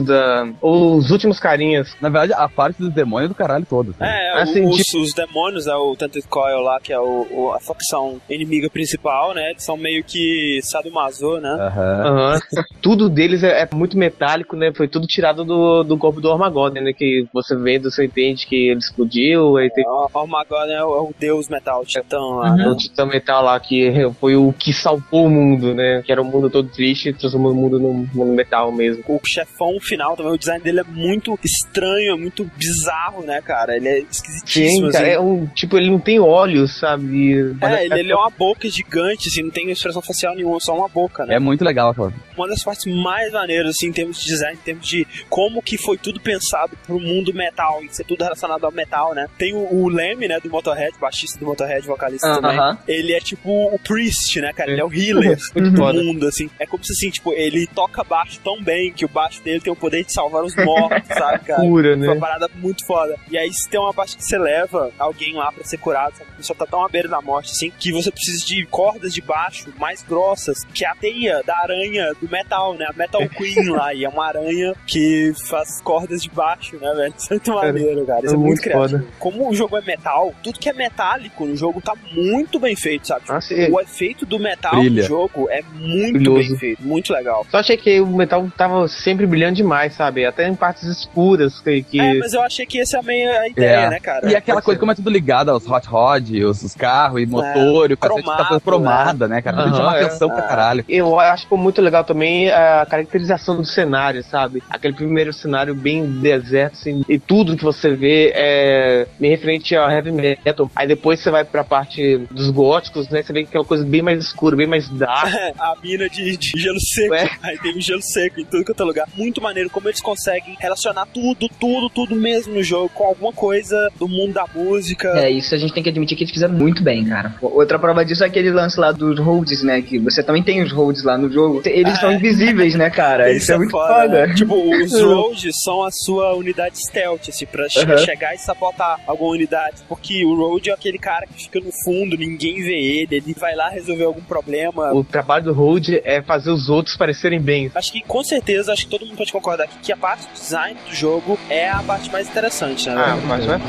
os últimos carinhas. Na verdade, a parte dos demônios é do caralho todo. Assim, os demônios, o Tainted Coil lá, que é a facção inimiga principal, né? Eles são meio que sadomaso, né? Tudo deles é muito metálico, né? Foi tudo tirado do corpo do Armageddon, né? Que você vendo, você entende que ele explodiu. Aí tem... O Armageddon é o deus metal, o titã lá, né? O titã metal lá, que foi o que salvou o mundo, né? Que era um mundo todo triste, transformou o mundo num mundo metal mesmo. O chefão final também, o design dele é muito estranho, é muito bizarro, né, cara? Ele é esquisitíssimo. Sim, cara, assim. tipo, ele não tem olhos, sabe? Ele é uma boca gigante, assim, não tem expressão facial nenhuma, só uma boca, né? É muito legal, cara. Uma das partes mais maneiras, assim, em termos de design, em termos de como que foi tudo pensado pro mundo metal, e ser tudo relacionado ao metal, né? Tem o Leme, né, do Motorhead, baixista do Motorhead, vocalista também. Ele é tipo o Priest, né, cara? Ele é o healer do mundo, assim. É como se, assim, tipo, ele toca baixo tão bem que o baixo dele tem o poder de salvar os mortos, sabe, cara? Cura, né? Foi uma parada muito foda. E aí, se tem uma parte que você leva alguém lá pra ser curado, sabe? A pessoa tá tão à beira da morte, assim, que você precisa de cordas de baixo mais grossas, que é a teia da aranha do metal, né? A Metal Queen lá. E é uma aranha que faz cordas de baixo, né, velho? Isso é muito maneiro, cara. Isso é muito criativo. Foda. Como o jogo é metal, tudo que é metálico no jogo tá muito bem feito, sabe? O efeito do metal no jogo é muito bem feito, muito legal. Só achei que o metal tava sempre brilhando demais, sabe? Até em partes escuras que... mas eu achei que essa é meio a ideia, né, cara? E aquela coisa, como é tudo ligado aos hot rod, os carros e motor, e o cacete tá toda cromada, né, cara? Tudo chama atenção pra caralho. Eu acho que foi muito legal também a caracterização do cenário, sabe? Aquele primeiro cenário bem deserto, assim, e tudo que você vê é bem referente ao heavy metal. Aí depois você vai pra parte dos góticos, né? Você vê aquela coisa bem mais escura, bem mais dark. A mina de gelo seco. Aí tem um gelo seco em tudo que é lugar. Muito maneiro como eles conseguem relacionar tudo mesmo no jogo com alguma coisa do mundo da música. Isso a gente tem que admitir que eles fizeram muito bem, cara. Outra prova disso é aquele lance lá dos holds, né? Que você também tem os holds lá no jogo. Eles são invisíveis, né, cara? Isso é muito foda. Né? Tipo, os roads são a sua unidade stealth, assim, pra chegar e sabotar alguma unidade. Porque o road é aquele cara que fica no fundo, ninguém vê ele vai lá resolver algum problema. O trabalho do road é fazer os outros parecerem bem. Acho que, com certeza, acho que todo mundo pode concordar aqui que a parte do design do jogo é a parte mais interessante, né? Mas não é?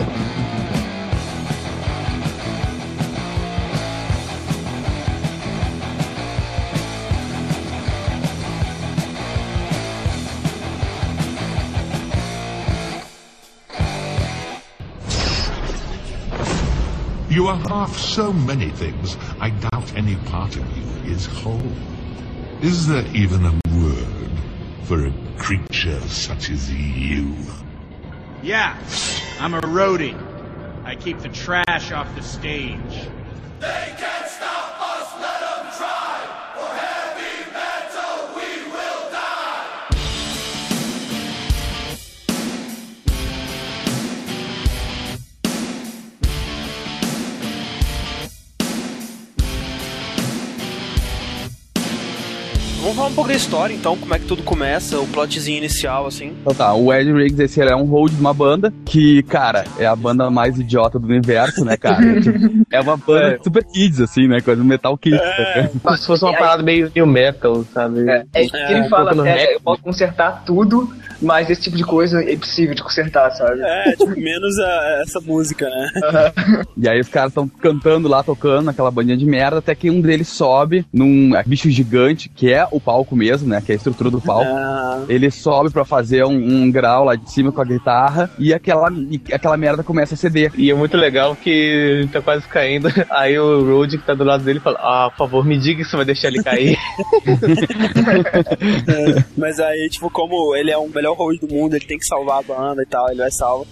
You are half so many things, I doubt any part of you is whole. Is there even a word for a creature such as you? Yeah, I'm a roadie. I keep the trash off the stage. They can't stop us, let them try. For heavy metal we will die. Vamos falar um pouco da história, então, como é que tudo começa, o plotzinho inicial, assim. Então tá, o Ed Riggs, esse é um hold de uma banda que, cara, é a banda mais idiota do universo, né, cara? É uma banda super kids, assim, né, coisa metal kids. Como se fosse uma parada meio new metal, sabe? Ele fala, eu posso consertar tudo, mas esse tipo de coisa é impossível de consertar, sabe? Tipo, menos essa música, né? E aí os caras estão cantando lá, tocando naquela bandinha de merda, até que um deles sobe num bicho gigante, que é o palco mesmo, né? Que é a estrutura do palco. Ele sobe pra fazer um grau lá de cima com a guitarra e aquela merda começa a ceder. E é muito legal que ele tá quase caindo. Aí o Road que tá do lado dele fala: por favor, me diga que você vai deixar ele cair. Mas aí, tipo, como ele é o melhor Road do mundo, ele tem que salvar a banda e tal, ele vai salvo.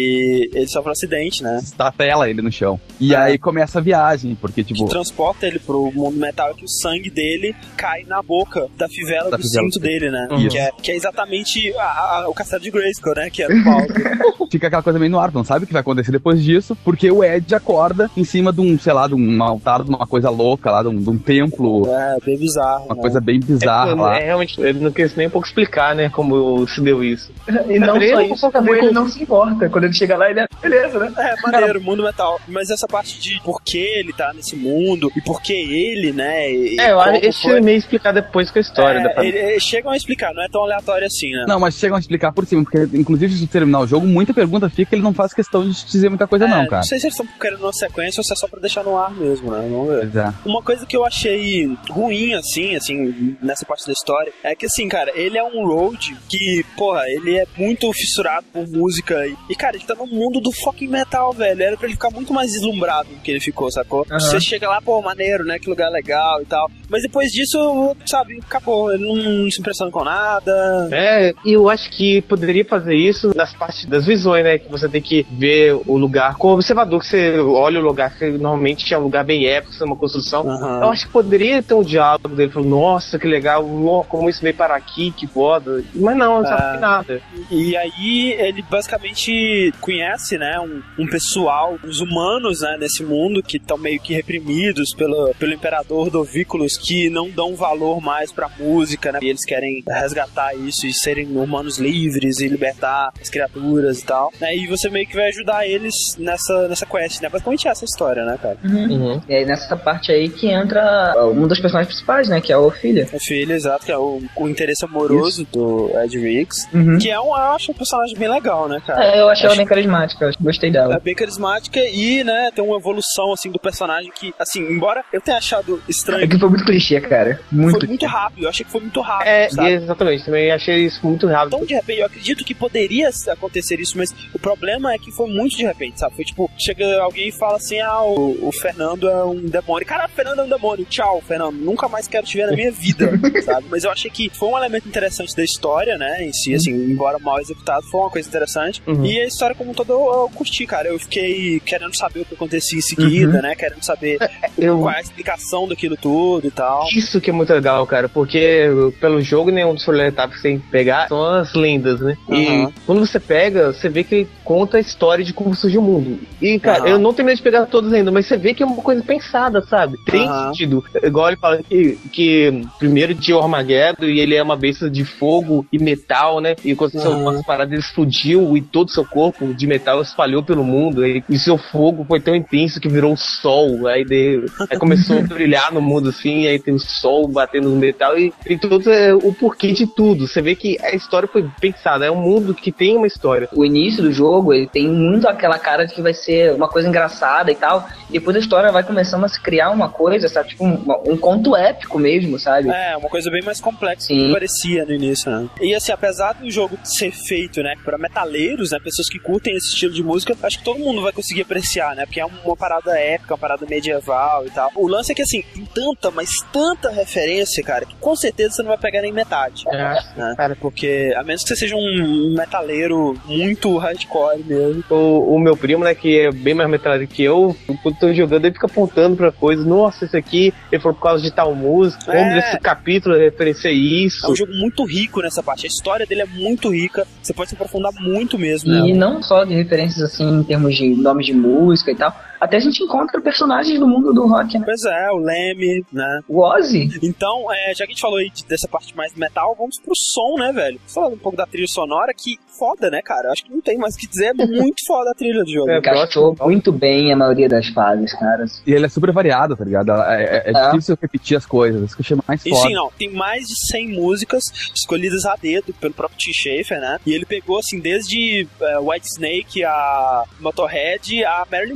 E ele sofre um acidente, né? Estatela ele no chão. E aí começa a viagem, porque, tipo... Que transporta ele pro mundo metal, que o sangue dele cai na boca da fivela do cinto dele, né? Que é exatamente o castelo de Grayskull, né? Que é do palco. Fica aquela coisa meio no ar, não sabe o que vai acontecer depois disso, porque o Ed acorda em cima de um, sei lá, de um altar, de uma coisa louca lá, de um templo. Bem bizarro. Uma coisa bem bizarra lá. Realmente, ele não quis nem um pouco explicar, né, como se deu isso. E não só isso, como ele não se importa. Quando ele chega lá, ele é beleza, né? Maneiro, mundo metal. Mas essa parte de por que ele tá nesse mundo e por que ele, né? Eu acho que esse é meio explicar depois com a história da família. Eles chegam a explicar, não é tão aleatório assim, né? Não, mas chegam a explicar por cima, porque inclusive se terminar o jogo, muita pergunta fica que ele não faz questão de dizer muita coisa não, cara. Não sei se eles estão querendo uma sequência ou se é só pra deixar no ar mesmo, né? Vamos ver. Pois é. Uma coisa que eu achei ruim, assim, nessa parte da história, é que, assim, cara, ele é um Road que, porra, ele é muito fissurado por música e, cara, ele tá no mundo do fucking metal, velho. Era pra ele ficar muito mais deslumbrado do que ele ficou, sacou? Você chega lá, pô, maneiro, né? Que lugar legal e tal. Mas depois disso, sabe, acabou. Ele não se impressiona com nada. E eu acho que poderia fazer isso nas partes das visões, né? Que você tem que ver o lugar como observador, que você olha o lugar, que normalmente é um lugar bem épico, é uma construção. Eu acho que poderia ter um diálogo dele, falando, nossa, que legal, como isso veio parar aqui, que foda. Mas não sabe nada. E aí ele basicamente conhece, né, um pessoal, os humanos, né, nesse mundo que estão meio que reprimidos pelo imperador Dovículos, que não dão valor mais pra música, né, e eles querem resgatar isso e serem humanos livres e libertar as criaturas e tal, né, e você meio que vai ajudar eles nessa quest, né, basicamente essa história, né, cara. E aí nessa parte aí que entra um dos personagens principais, né, que é a Ophelia. A Ophelia, exato, que é o interesse amoroso do Ed Riggs, que eu acho um personagem bem legal, né, cara. Eu achei ela bem carismática, eu gostei dela. É bem carismática e, né, tem uma evolução, assim, do personagem que, assim, embora eu tenha achado estranho... É que foi muito clichê, cara. Foi muito rápido, eu achei que foi muito rápido, sabe? Exatamente, também achei isso muito rápido. Então, de repente, eu acredito que poderia acontecer isso, mas o problema é que foi muito de repente, sabe? Foi tipo, chega alguém e fala assim, o Fernando é um demônio. Cara, o Fernando é um demônio, tchau, Fernando, nunca mais quero te ver na minha vida, sabe? Mas eu achei que foi um elemento interessante da história, né, em si, assim, embora mal executado, foi uma coisa interessante. E a história como um todo eu curti, cara. Eu fiquei querendo saber o que acontecia em seguida, né, querendo saber qual é a explicação daquilo tudo e tal. Isso que é muito legal, cara, porque pelo jogo, nenhum dos etapas que você tem que pegar são as lendas, né? E quando você pega, você vê que ele conta a história de como surgiu o mundo. E, cara, eu não terminei de pegar todas ainda, mas você vê que é uma coisa pensada, sabe? Tem sentido. Igual ele fala que primeiro tinha o Armageddon e ele é uma besta de fogo e metal, né? E quando umas paradas, ele explodiu e todo o seu corpo de metal espalhou pelo mundo. E seu fogo foi tão intenso que virou o sol. Aí começou a brilhar no mundo assim, e aí tem o sol batendo no metal e todo o porquê de tudo. Você vê que a história foi pensada, é um mundo que tem uma história. O início do jogo, ele tem muito aquela cara de que vai ser uma coisa engraçada e tal, e depois a história vai começando a se criar uma coisa, sabe, tipo um conto épico mesmo, sabe? Uma coisa bem mais complexa do que parecia no início, né? E assim, apesar do jogo ser feito, né, pra metaleiros, né, pessoas que curtem esse estilo de música, acho que todo mundo vai conseguir apreciar, né, porque é uma parada épica, uma parada medieval e tal. O lance é que, assim, tem tanta, mas tanta referência, cara, que com certeza você não vai pegar nem metade. Né? Cara, porque a menos que você seja um metaleiro muito hardcore mesmo. O meu primo, né, que é bem mais metaleiro que eu, quando tô jogando, ele fica apontando pra coisas. Nossa, esse aqui, ele falou por causa de tal música, como desse capítulo referencia isso. É um jogo muito rico nessa parte. A história dele é muito rica, você pode se aprofundar muito mesmo. E não só de referências assim em termos de nomes de música e tal, até a gente encontra personagens do mundo do rock, né? Pois é, o Lemmy, né? O Ozzy. Então, já que a gente falou aí dessa parte mais metal, vamos pro som, né, velho? Falando um pouco da trilha sonora, que foda, né, cara? Eu acho que não tem mais o que dizer, é muito foda a trilha do jogo. Encaixou muito bem a maioria das fases, cara. E ele é super variado, tá ligado? É difícil repetir as coisas, isso que eu achei mais foda. E sim, não, tem mais de 100 músicas escolhidas a dedo pelo próprio Tim Schafer, né? E ele pegou, assim, desde Whitesnake, a Motorhead, a Marilyn Manson, sabe?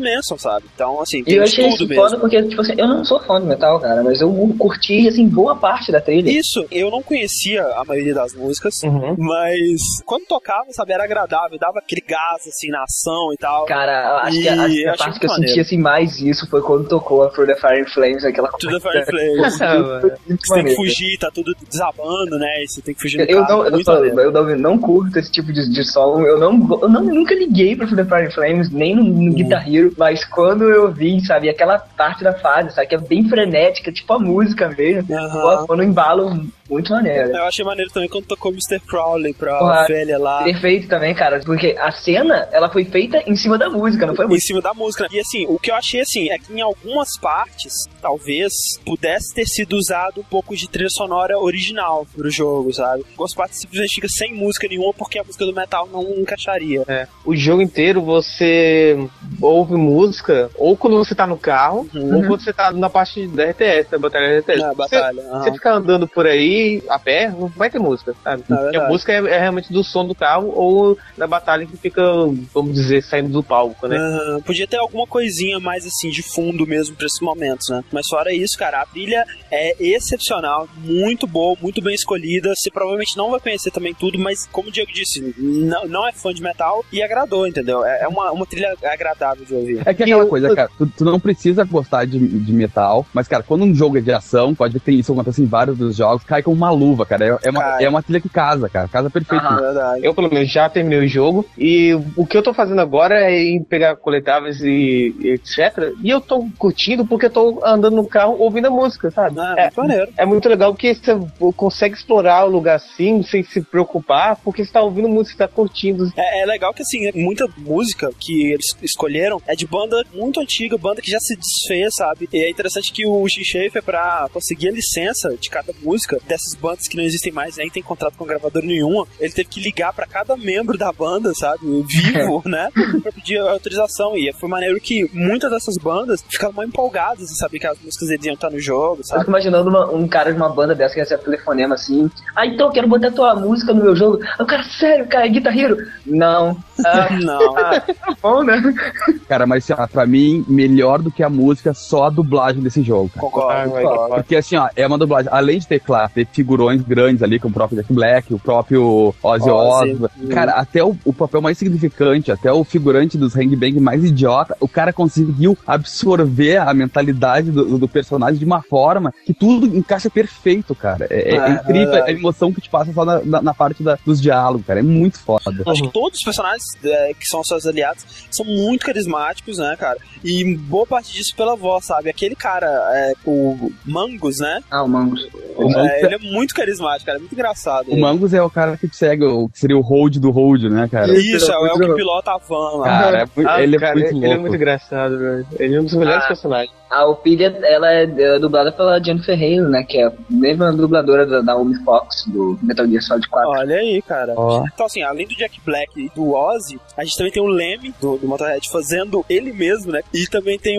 sabe? Então, assim, E tem eu achei tudo isso mesmo. foda porque, tipo assim, eu não sou fã de metal, cara, mas eu curti, assim, boa parte da trilha. Isso, eu não conhecia a maioria das músicas, mas quando tocava, sabe, era agradável, dava aquele gás, assim, na ação e tal. Cara, acho E que a eu achei parte que eu maneiro. senti, assim, mais isso foi quando tocou a Through the Fire and Flames, aquela Tudo Fire Flames. Você tem que fugir, tá tudo desabando, né? E você tem que fugir no carro. Eu não curto esse tipo de som. Eu nunca liguei pra Through the Fire and Flames, nem no Guitar Hero, mas quando eu vi, sabe, aquela parte da fase, sabe, que é bem frenética, tipo a música mesmo, quando embalo muito maneiro. Eu achei maneiro também quando tocou Mr. Crowley pra Ofélia lá. Perfeito também, cara, porque a cena, ela foi feita em cima da música, não foi em cima da música. E assim, o que eu achei assim, é que em algumas partes, talvez, pudesse ter sido usado um pouco de trilha sonora original pro jogo, sabe? Algumas partes simplesmente fica sem música nenhuma porque a música do metal não encaixaria. O jogo inteiro você ouve música ou quando você tá no carro, ou quando você tá na parte da RTS, da batalha da RTS. Você ficar andando por aí a pé, não vai ter música, sabe? Porque a música é realmente do som do carro ou da batalha que fica, vamos dizer, saindo do palco, né? Podia ter alguma coisinha mais assim de fundo mesmo pra esses momentos, né? Mas fora isso, cara, a trilha é excepcional, muito boa, muito bem escolhida. Você provavelmente não vai conhecer também tudo, mas como o Diego disse, não é fã de metal e agradou, entendeu? É uma trilha agradável de ouvir. É que é aquela coisa, cara, tu não precisa gostar de metal, mas, cara, quando um jogo é de ação, pode ver que isso acontece em vários dos jogos, cai com uma luva, cara. É uma trilha que casa, cara. Casa perfeito. Eu, pelo menos, já terminei o jogo e o que eu tô fazendo agora é ir pegar coletáveis e etc. E eu tô curtindo porque eu tô andando no carro ouvindo a música, sabe? Muito maneiro. É muito legal porque você consegue explorar o lugar assim, sem se preocupar, porque você tá ouvindo música, você tá curtindo. É legal que, assim, muita música que eles escolheram é de banda muito antiga, banda que já se desfez, sabe? E é interessante que o Tim Schafer, pra conseguir a licença de cada música, dessas bandas que não existem mais, nem tem contrato com gravadora nenhuma, ele teve que ligar pra cada membro da banda, sabe? Vivo, né? Pra pedir autorização. E foi maneiro que muitas dessas bandas ficaram mais empolgadas em saber que as músicas iam estar no jogo, sabe? Eu fico imaginando um cara de uma banda dessa que recebe telefonema assim, então eu quero botar tua música no meu jogo. O cara, sério, cara, é Guitar Hero? Não. Não. Tá bom, né? Cara, mas assim, ó, pra mim, melhor do que a música, só a dublagem desse jogo, cara. Concordo. Porque assim, ó, é uma dublagem, além de ter, claro, ter figurões grandes ali, como o próprio Jack Black, o próprio Ozzy Osbourne, cara, até o papel mais significante, até o figurante dos Hang Bang mais idiota, o cara conseguiu absorver a mentalidade do personagem de uma forma que tudo encaixa perfeito, cara. É incrível a emoção que te passa só na parte dos diálogos, cara. É muito foda. Acho que todos os personagens que são seus aliados são muito carismáticos, né, cara? E boa parte disso pela voz, sabe? Aquele cara, o Mangus, né? O Mangus. Ele é muito carismático, cara. É muito engraçado. O Mangus é o cara que segue, que seria o hold do hold, né, cara? Isso, é o que pilota a van lá. Cara, ele é muito louco. Ele é muito engraçado, velho. Ele é um dos melhores personagens. A Ophelia, ela é dublada pela Jennifer Hale, né? Que é a mesma dubladora da Naomi Fox, do Metal Gear Solid 4. Olha aí, cara. Então, assim, além do Jack Black e do Ozzy, a gente também tem o Lemmy, do Motorhead, fazendo ele mesmo, né? E também tem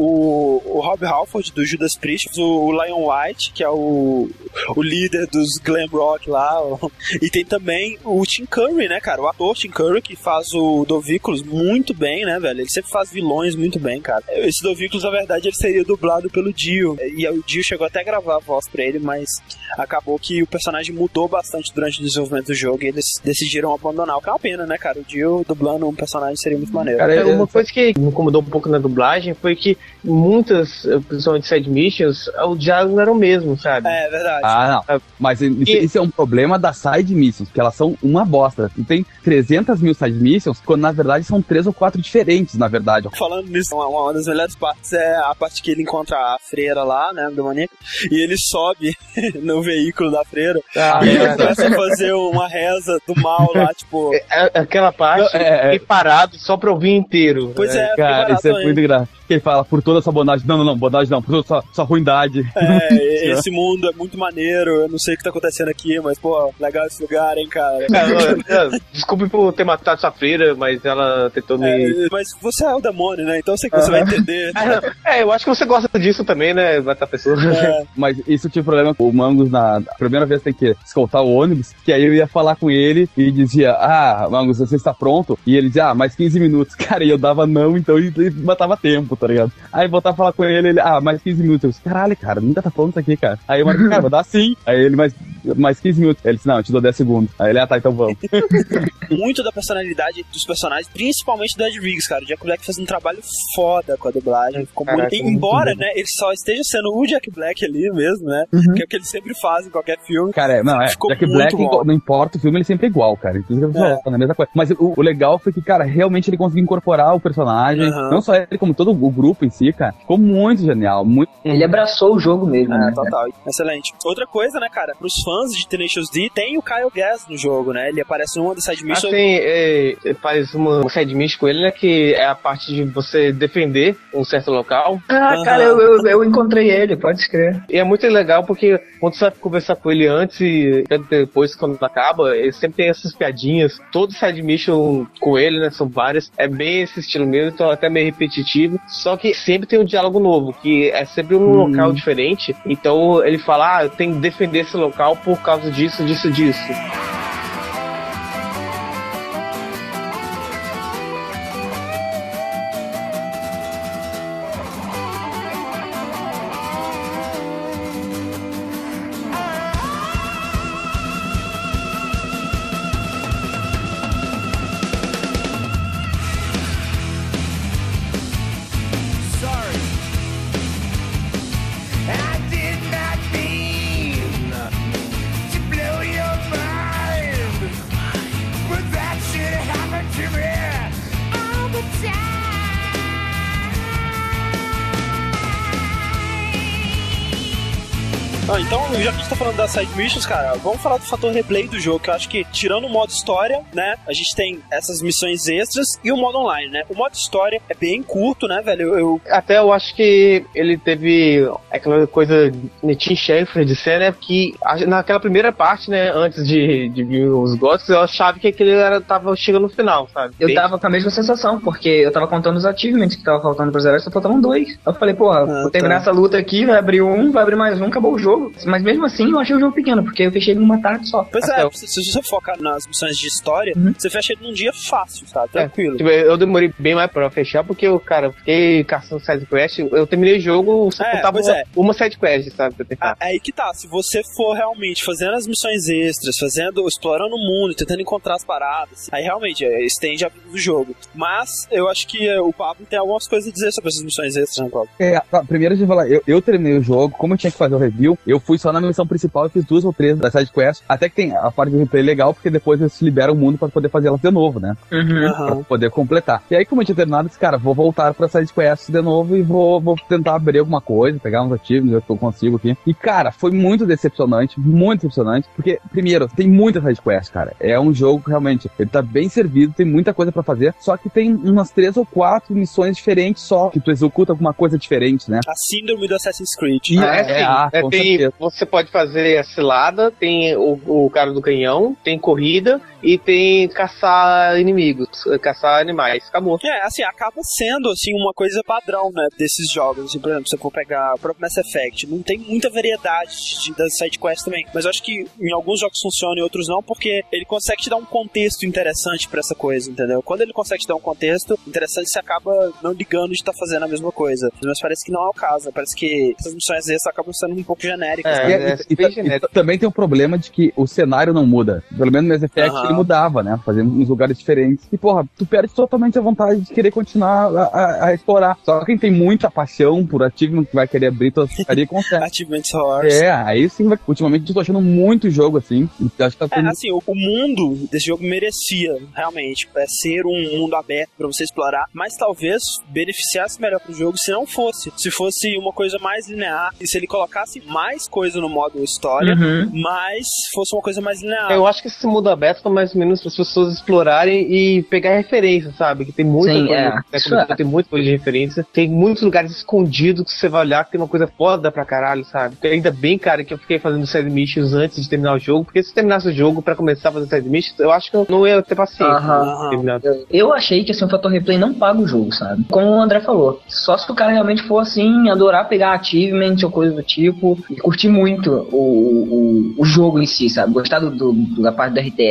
o Rob Halford, do Judas Priest, o Lion White, que é o líder dos glam rock lá. E tem também o Tim Curry, né, cara? O ator Tim Curry, que faz o Dovículos muito bem, né, velho? Ele sempre faz vilões muito bem, cara. Esse Dovículos, na verdade, ele seria dublado pelo Dio. E o Dio chegou até a gravar a voz pra ele, mas acabou que o personagem mudou bastante durante o desenvolvimento do jogo e eles decidiram abandonar, o que é uma pena, né, cara? O Dio dublando um personagem seria muito maneiro. Cara, uma coisa que me incomodou um pouco na dublagem foi que muitas, principalmente side missions, o diálogo não era o mesmo, sabe? É verdade. Não. Mas isso é um problema das side missions, que elas são uma bosta. Tu tem 300 mil side missions, quando na verdade são 3 ou 4 diferentes, na verdade. Falando nisso, uma das melhores partes é a parte que ele encontra a freira lá, né, do maníaco, e ele sobe no veículo da freira e ele começa a fazer uma reza do mal lá, tipo... Aquela parte fiquei parado só pra ouvir inteiro. Pois é, cara, isso é muito engraçado. Ele fala, por toda essa bondade, não, bondade não, por toda essa ruindade. Esse mundo é muito maneiro, eu não sei o que tá acontecendo aqui, mas, pô, legal esse lugar, hein, cara. Desculpe por ter matado sua freira, mas ela tentou me... Mas você é o demônio, né, então eu sei que você vai entender. Eu acho que você gosta disso também, né, matar pessoas. Mas isso tinha problema com o Mangus na primeira vez tem que escoltar o ônibus, que aí eu ia falar com ele e dizia, Mangus, você está pronto? E ele dizia, mais 15 minutos. Cara, e eu dava não, então ele matava tempo, tá ligado? Aí voltar a falar com ele, mais 15 minutos. Eu disse, caralho, cara, nunca tá falando isso aqui, cara. Aí eu marquei, cara, vou dar sim. Aí ele, mais 15 minutos. Ele disse, não, eu te dou 10 segundos. Aí ele, tá, então vamos. Muito da personalidade dos personagens, principalmente do Ed Riggs, cara. O Jack Black fez um trabalho foda com a dublagem. Ficou muito... Embora, né, ele só esteja sendo o Jack Black ali mesmo, né? Que é o que ele sempre faz em qualquer filme. Cara, Jack Black, não importa o filme, ele sempre é igual, cara. Inclusive, a mesma coisa. Mas o legal foi que, cara, realmente ele conseguiu incorporar o personagem. Não só ele, como todo o grupo em si, cara. Ficou muito genial. Ele abraçou o jogo mesmo, né? Total. Excelente. Outra coisa, né, cara, pros fãs de Tenacious D, tem o Kyle Gass no jogo, né? Ele aparece numa das side missions. Faz uma side mission com ele, né? Que é a parte de você defender um certo local. Cara, eu encontrei ele, pode escrever. E é muito legal porque quando você vai conversar com ele antes e depois, quando acaba, ele sempre tem essas piadinhas. Todo side mission com ele, né? São várias. É bem esse estilo mesmo, então até meio repetitivo. Só que sempre tem um diálogo novo, que é sempre um local diferente. Então ele fala, eu tenho que defender esse local por causa disso, disso. Então, já que a gente tá falando das side missions, cara, vamos falar do fator replay do jogo, que eu acho que, tirando o modo história, né, a gente tem essas missões extras e o modo online, né? O modo história é bem curto, né, velho? Até eu acho que ele teve aquela coisa de Tim Schafer de ser, né, que naquela primeira parte, né, antes de vir os Góticos, eu achava que aquele tava chegando no final, sabe? Eu tava com a mesma sensação, porque eu tava contando os achievements que tava faltando pros heróis, só faltavam 2. Eu falei, porra, vou terminar essa luta aqui, vai abrir mais um, acabou o jogo. Mas mesmo assim, eu achei o jogo pequeno, porque eu fechei ele numa tarde só. Pois se você focar nas missões de história, você fecha ele num dia fácil, sabe? Tranquilo. Eu demorei bem mais pra fechar, porque eu, cara, fiquei caçando sidequest, eu terminei o jogo, só contava uma sidequest, sabe? Aí que tá, se você for realmente fazendo as missões extras, explorando o mundo, tentando encontrar as paradas, aí realmente estende a vida do jogo. Mas eu acho que o Pablo tem algumas coisas a dizer sobre essas missões extras, né, Pablo? Primeiro de falar, eu terminei o jogo, como eu tinha que fazer o review, eu fui só na missão principal e fiz 2 ou 3 da sidequest, até que tem a parte do replay legal, porque depois eles liberam o mundo pra poder fazer elas de novo, né? Pra poder completar. E aí, como eu tinha terminado, disse, cara, vou voltar pra sidequest de novo e vou tentar abrir alguma coisa, pegar uns ativos, ver o que eu consigo aqui. E, cara, foi muito decepcionante, porque, primeiro, tem muita sidequest, cara. É um jogo que, realmente, ele tá bem servido, tem muita coisa pra fazer, só que tem umas 3 ou 4 missões diferentes só, que tu executa alguma coisa diferente, né? A síndrome do Assassin's Creed. Você pode fazer a cilada, tem o cara do canhão, tem corrida e tem caçar inimigos, caçar animais. Acabou. Acaba sendo, assim, uma coisa padrão, né, desses jogos. Assim, por exemplo, se eu for pegar o próprio Mass Effect, não tem muita variedade das sidequests também. Mas eu acho que em alguns jogos funciona e outros não, porque ele consegue te dar um contexto interessante pra essa coisa, entendeu? Quando ele consegue te dar um contexto interessante, você acaba não ligando de estar fazendo a mesma coisa. Mas parece que não é o caso. Parece que essas missões extras acabam sendo um pouco genéricas. E também tem o problema de que o cenário não muda. Pelo menos no Mass Effect ele mudava, né? Fazendo uns lugares diferentes. E, porra, tu perde totalmente a vontade de querer continuar a explorar. Só quem tem muita paixão por achievement que vai querer abrir toda a ficaria consegue. Achievements Horse. Aí sim, ultimamente eu tô achando muito jogo assim. Acho que tá assim, o mundo desse jogo merecia, realmente, ser um mundo aberto pra você explorar, mas talvez beneficiasse melhor pro jogo se não fosse. Se fosse uma coisa mais linear, e se ele colocasse mais coisa no modo história, mas fosse uma coisa mais linear. Eu acho que esse mundo aberto tá mais ou menos para as pessoas explorarem e pegar referência, sabe? Que tem muita coisa, tem muita coisa de referência, tem muitos lugares escondidos que você vai olhar que tem uma coisa foda pra caralho, sabe? Ainda bem, cara, que eu fiquei fazendo side missions antes de terminar o jogo, porque se eu terminasse o jogo pra começar a fazer side missions, eu acho que eu não ia ter paciência. Eu achei que assim, o fator replay não paga o jogo, sabe? Como o André falou, só se o cara realmente for assim, adorar pegar achievement ou coisa do tipo, e curtir muito o jogo em si, sabe? Gostar da parte do RTS, gostar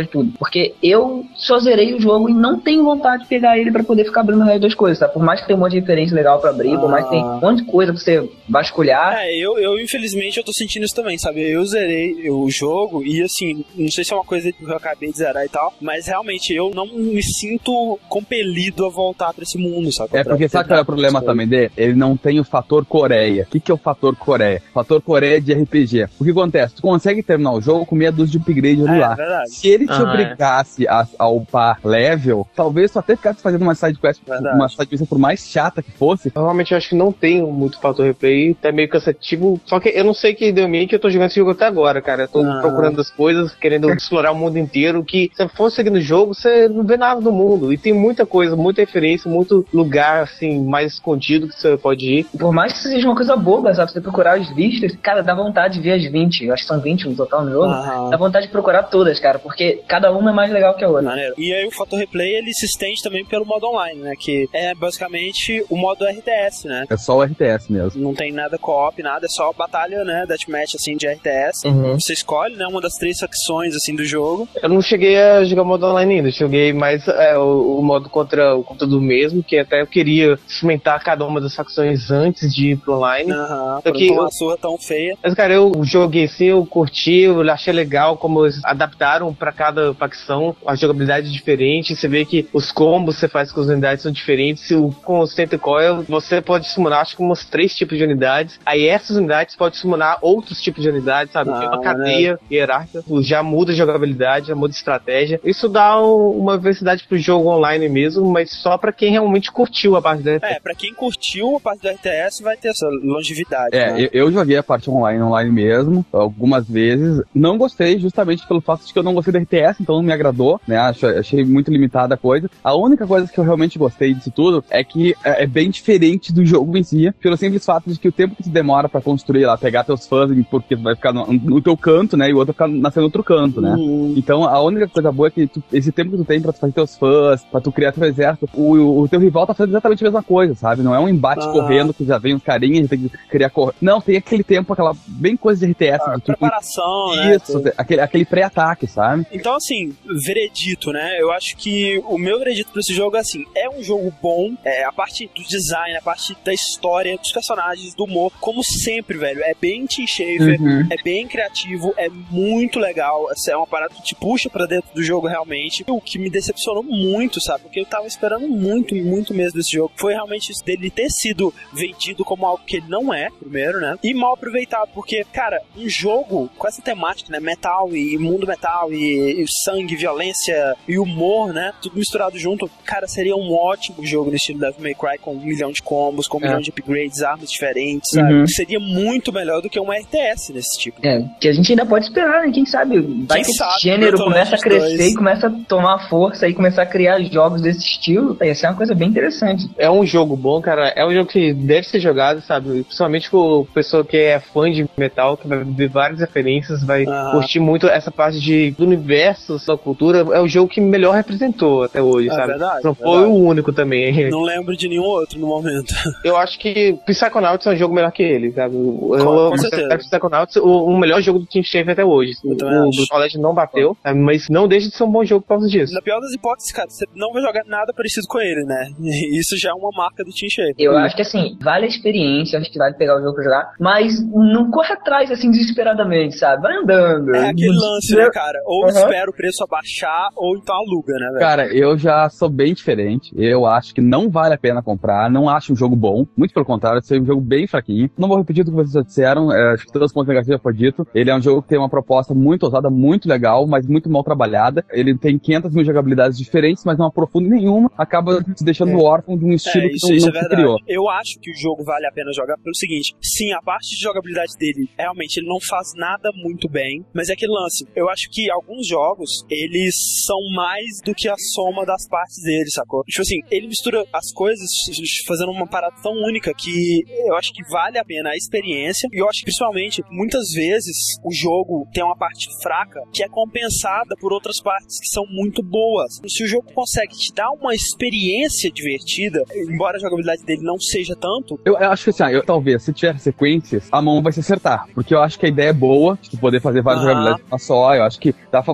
de tudo. Porque eu só zerei o jogo e não tenho vontade de pegar ele pra poder ficar abrindo o resto das coisas, sabe? Por mais que tenha um monte de referência legal pra abrir, por mais que tenha um monte de coisa pra você vasculhar. Eu infelizmente eu tô sentindo isso também, sabe? Eu zerei o jogo e assim, não sei se é uma coisa que eu acabei de zerar e tal, mas realmente eu não me sinto compelido a voltar pra esse mundo, sabe? Porque sabe qual é o problema também dele? Ele não tem o fator Coreia. O que é o fator Coreia? O fator Coreia de RPG. O que acontece? Tu consegue terminar o jogo com meia dúzia de upgrade ali lá. Verdade. Se ele te obrigasse a upar level, talvez tu até ficasse fazendo uma side quest, uma side quest por mais chata que fosse. Normalmente eu acho que não tem muito fator replay, até meio cansativo. Só que eu não sei que deu mim que eu tô jogando esse jogo até agora, cara. Eu tô procurando as coisas, querendo explorar o mundo inteiro, que se for seguindo o jogo, você não vê nada do mundo. E tem muita coisa, muita referência, muito lugar, assim, mais escondido que você pode ir. Por mais que seja uma coisa boba, sabe? Você procurar as listas, cara, dá vontade de ver as 20. Eu acho que são 20 no total no jogo. Dá vontade de procurar todas, cara, porque cada uma é mais legal que a outra. Maneiro. E aí o fator replay, ele se estende também pelo modo online, né? Que é basicamente o modo RTS, né? É só o RTS mesmo. Não tem nada co-op, nada, é só batalha, né? Deathmatch, assim, de RTS. Você escolhe, né? Uma das 3 facções, assim, do jogo. Eu não cheguei a jogar o modo online ainda. Joguei mais o modo contra do mesmo, que até eu queria experimentar cada uma das facções antes de ir pro online. Porque uma surra tão feia. Mas, cara, eu joguei assim, eu curti, eu achei legal como eles adaptaram pra cada facção a jogabilidade diferente. Você vê que os combos que você faz com as unidades são diferentes. Com o Center Coil, você pode summonar, acho que uns 3 tipos de unidades. Aí essas unidades podem summonar outros tipos de unidades, sabe? Tem uma cadeia hierárquica, já muda a jogabilidade, já muda a estratégia. Isso dá uma diversidade pro jogo online mesmo, mas só pra quem realmente curtiu a parte da RTS. Pra quem curtiu a parte da RTS vai ter essa longevidade. Né? Eu joguei a parte online mesmo, algumas vezes. Não gostei, justamente pelo fato de que eu não gostei da RTS, então não me agradou, né? Achei muito limitada a coisa. A única coisa que eu realmente gostei disso tudo é que é bem diferente do jogo em si, pelo simples fato de que o tempo que tu demora pra construir lá, pegar teus fãs, porque tu vai ficar no teu canto, né? E o outro vai ficar nascendo no outro canto, né? Então a única coisa boa é que esse tempo que tu tem pra tu fazer teus fãs, pra tu criar teu exército, o teu rival tá fazendo exatamente a mesma coisa, sabe? Não é um embate correndo que já vem uns carinhas, tem que criar Não, tem aquele tempo, aquela bem coisa de RTS. Preparação, né? Isso, aquele pré-ataque, sabe? Então, assim, veredito, né? Eu acho que o meu veredito pra esse jogo é assim, é um jogo bom, a parte do design, a parte da história, dos personagens, do humor, como sempre, velho, é bem Tim Schafer, é bem criativo, é muito legal, é uma parada que te puxa pra dentro do jogo realmente. O que me decepcionou muito, sabe? Porque eu tava esperando muito mesmo desse jogo. Foi realmente isso dele ter sido vendido como algo que ele não é, primeiro, né? E mal aproveitado, porque, cara, um jogo com essa temática, né? Metal e mundo metal e sangue, violência e humor, né? Tudo misturado junto. Cara, seria um ótimo jogo no estilo Devil May Cry com 1 milhão de combos, com 1 milhão de upgrades, armas diferentes, sabe? Seria muito melhor do que um RTS nesse tipo. Que a gente ainda pode esperar, né? Quem sabe vai que esse gênero começa a crescer e começa a tomar força e começar a criar jogos desse estilo. Ia ser uma coisa bem interessante. É um jogo bom, cara. É um jogo que deve ser jogado, sabe? Principalmente com pessoa que é fã de metal, que vai ver várias referências, vai curtir muito essa parte do universo, da cultura. É o jogo que melhor representou até hoje, sabe? Verdade, não foi o único também. Não lembro de nenhum outro no momento. Eu acho que Psychonauts é um jogo melhor que ele, sabe? Com certeza. Psychonauts o melhor jogo do Tim Schafer até hoje. O College não bateu, mas não deixa de ser um bom jogo por causa disso. Na pior das hipóteses, cara, você não vai jogar nada parecido com ele, né? Isso já é uma marca do Tim Schafer. Eu acho que, assim, vale a experiência, acho que vale pegar o jogo pra jogar, mas não corre atrás, assim, desesperadamente, sabe? Vai andando. É aquele lance, né, cara? Ou espera o preço abaixar, ou então aluga, né, velho? Cara, eu já sou bem diferente. Eu acho que não vale a pena comprar, não acho um jogo bom. Muito pelo contrário, acho um jogo bem fraquinho. Não vou repetir o que vocês já disseram, acho que todos os pontos negativos já foi dito. Ele é um jogo que tem uma proposta muito ousada, muito legal, mas muito mal trabalhada. Ele tem 500 mil jogabilidades diferentes, mas não aprofunda nenhuma. Acaba se deixando órfão de um estilo que não se criou. Eu acho que o jogo vale a pena jogar pelo seguinte: sim, a parte de jogabilidade dele, realmente, ele não faz nada muito bem, mas é aquele lance. Eu acho que alguns jogos, eles são mais do que a soma das partes dele, sacou? Tipo assim, ele mistura as coisas fazendo uma parada tão única que eu acho que vale a pena a experiência. E eu acho que, principalmente, muitas vezes o jogo tem uma parte fraca que é compensada por outras partes que são muito boas. Se o jogo consegue te dar uma experiência divertida, embora a jogabilidade dele não seja tanto... Eu acho que assim, talvez, se tiver sequências, a mão vai se acertar. Porque eu acho que a ideia é boa, de poder fazer várias jogabilidades uma só. Eu acho que dá pra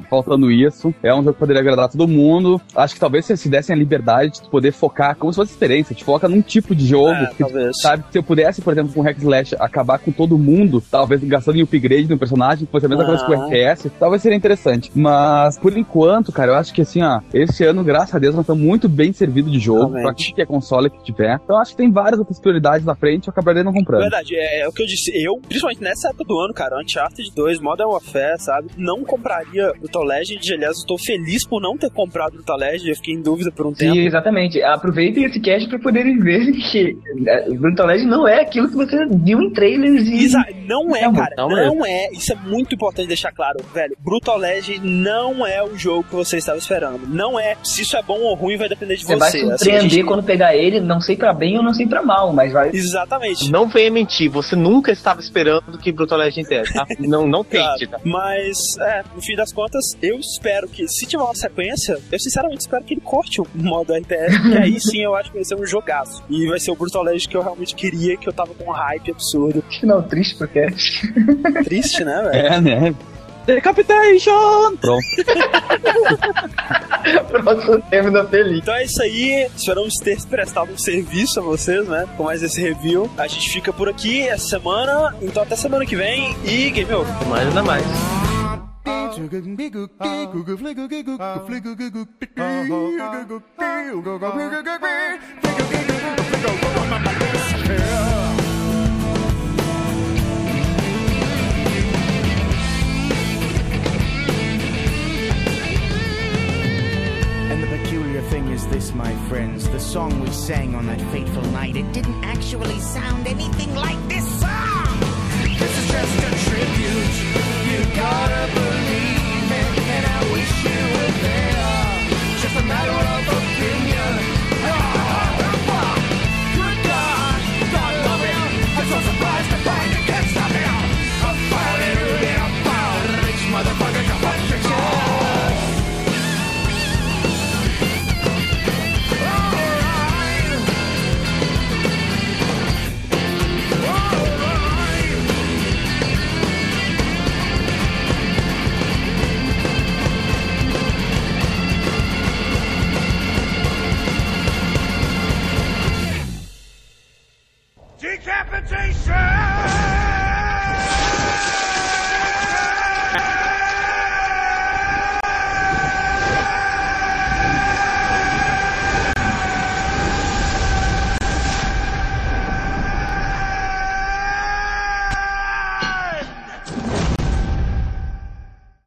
faltando isso. É um jogo que poderia agradar todo mundo. Acho que talvez se dessem a liberdade de poder focar como se fosse experiência. Te foca num tipo de jogo. Que, sabe, se eu pudesse, por exemplo, com o Hack Slash acabar com todo mundo, talvez gastando em upgrade no personagem, que fosse a mesma coisa que o RTS, talvez seria interessante. Mas, por enquanto, cara, eu acho que assim, ó, esse ano, graças a Deus, nós estamos muito bem servidos de jogo, pra quem é console que tiver. Então, acho que tem várias outras prioridades na frente, eu acabaria não comprando. Verdade, é o que eu disse. Eu, principalmente nessa época do ano, cara, Uncharted 2, Modern Warfare, sabe? Não compraria Brutal Legend. Aliás, eu tô feliz por não ter comprado Brutal Legend. Eu fiquei em dúvida por um tempo. Sim, exatamente. Aproveitem esse cast pra poderem ver que Brutal Legend não é aquilo que você viu em trailers e... Não é, cara. Não é. Isso é muito importante deixar claro, velho. Brutal Legend não é o jogo que você estava esperando. Não é. Se isso é bom ou ruim vai depender de você. Você vai surpreender quando pegar ele, não sei pra bem ou não sei pra mal, mas vai... Exatamente. Não venha mentir, você nunca estava esperando que Brutal Legend é, tá? Não tente, tá? Mas, no fim das contas, eu espero que, se tiver uma sequência, eu sinceramente espero que ele corte o modo RTS, que aí sim eu acho que vai ser um jogaço. E vai ser o Brutal Legend que eu realmente queria, que eu tava com um hype absurdo. Final triste pro cast. Triste, né, velho? É, né? Decapitation! Pronto. Próximo termina feliz. Então é isso aí. Esperamos ter prestado um serviço a vocês, né? Com mais esse review. A gente fica por aqui essa semana. Então até semana que vem. E game over. Mais nada mais. Thing is this, my friends, the song we sang on that fateful night, it didn't actually sound anything like this song!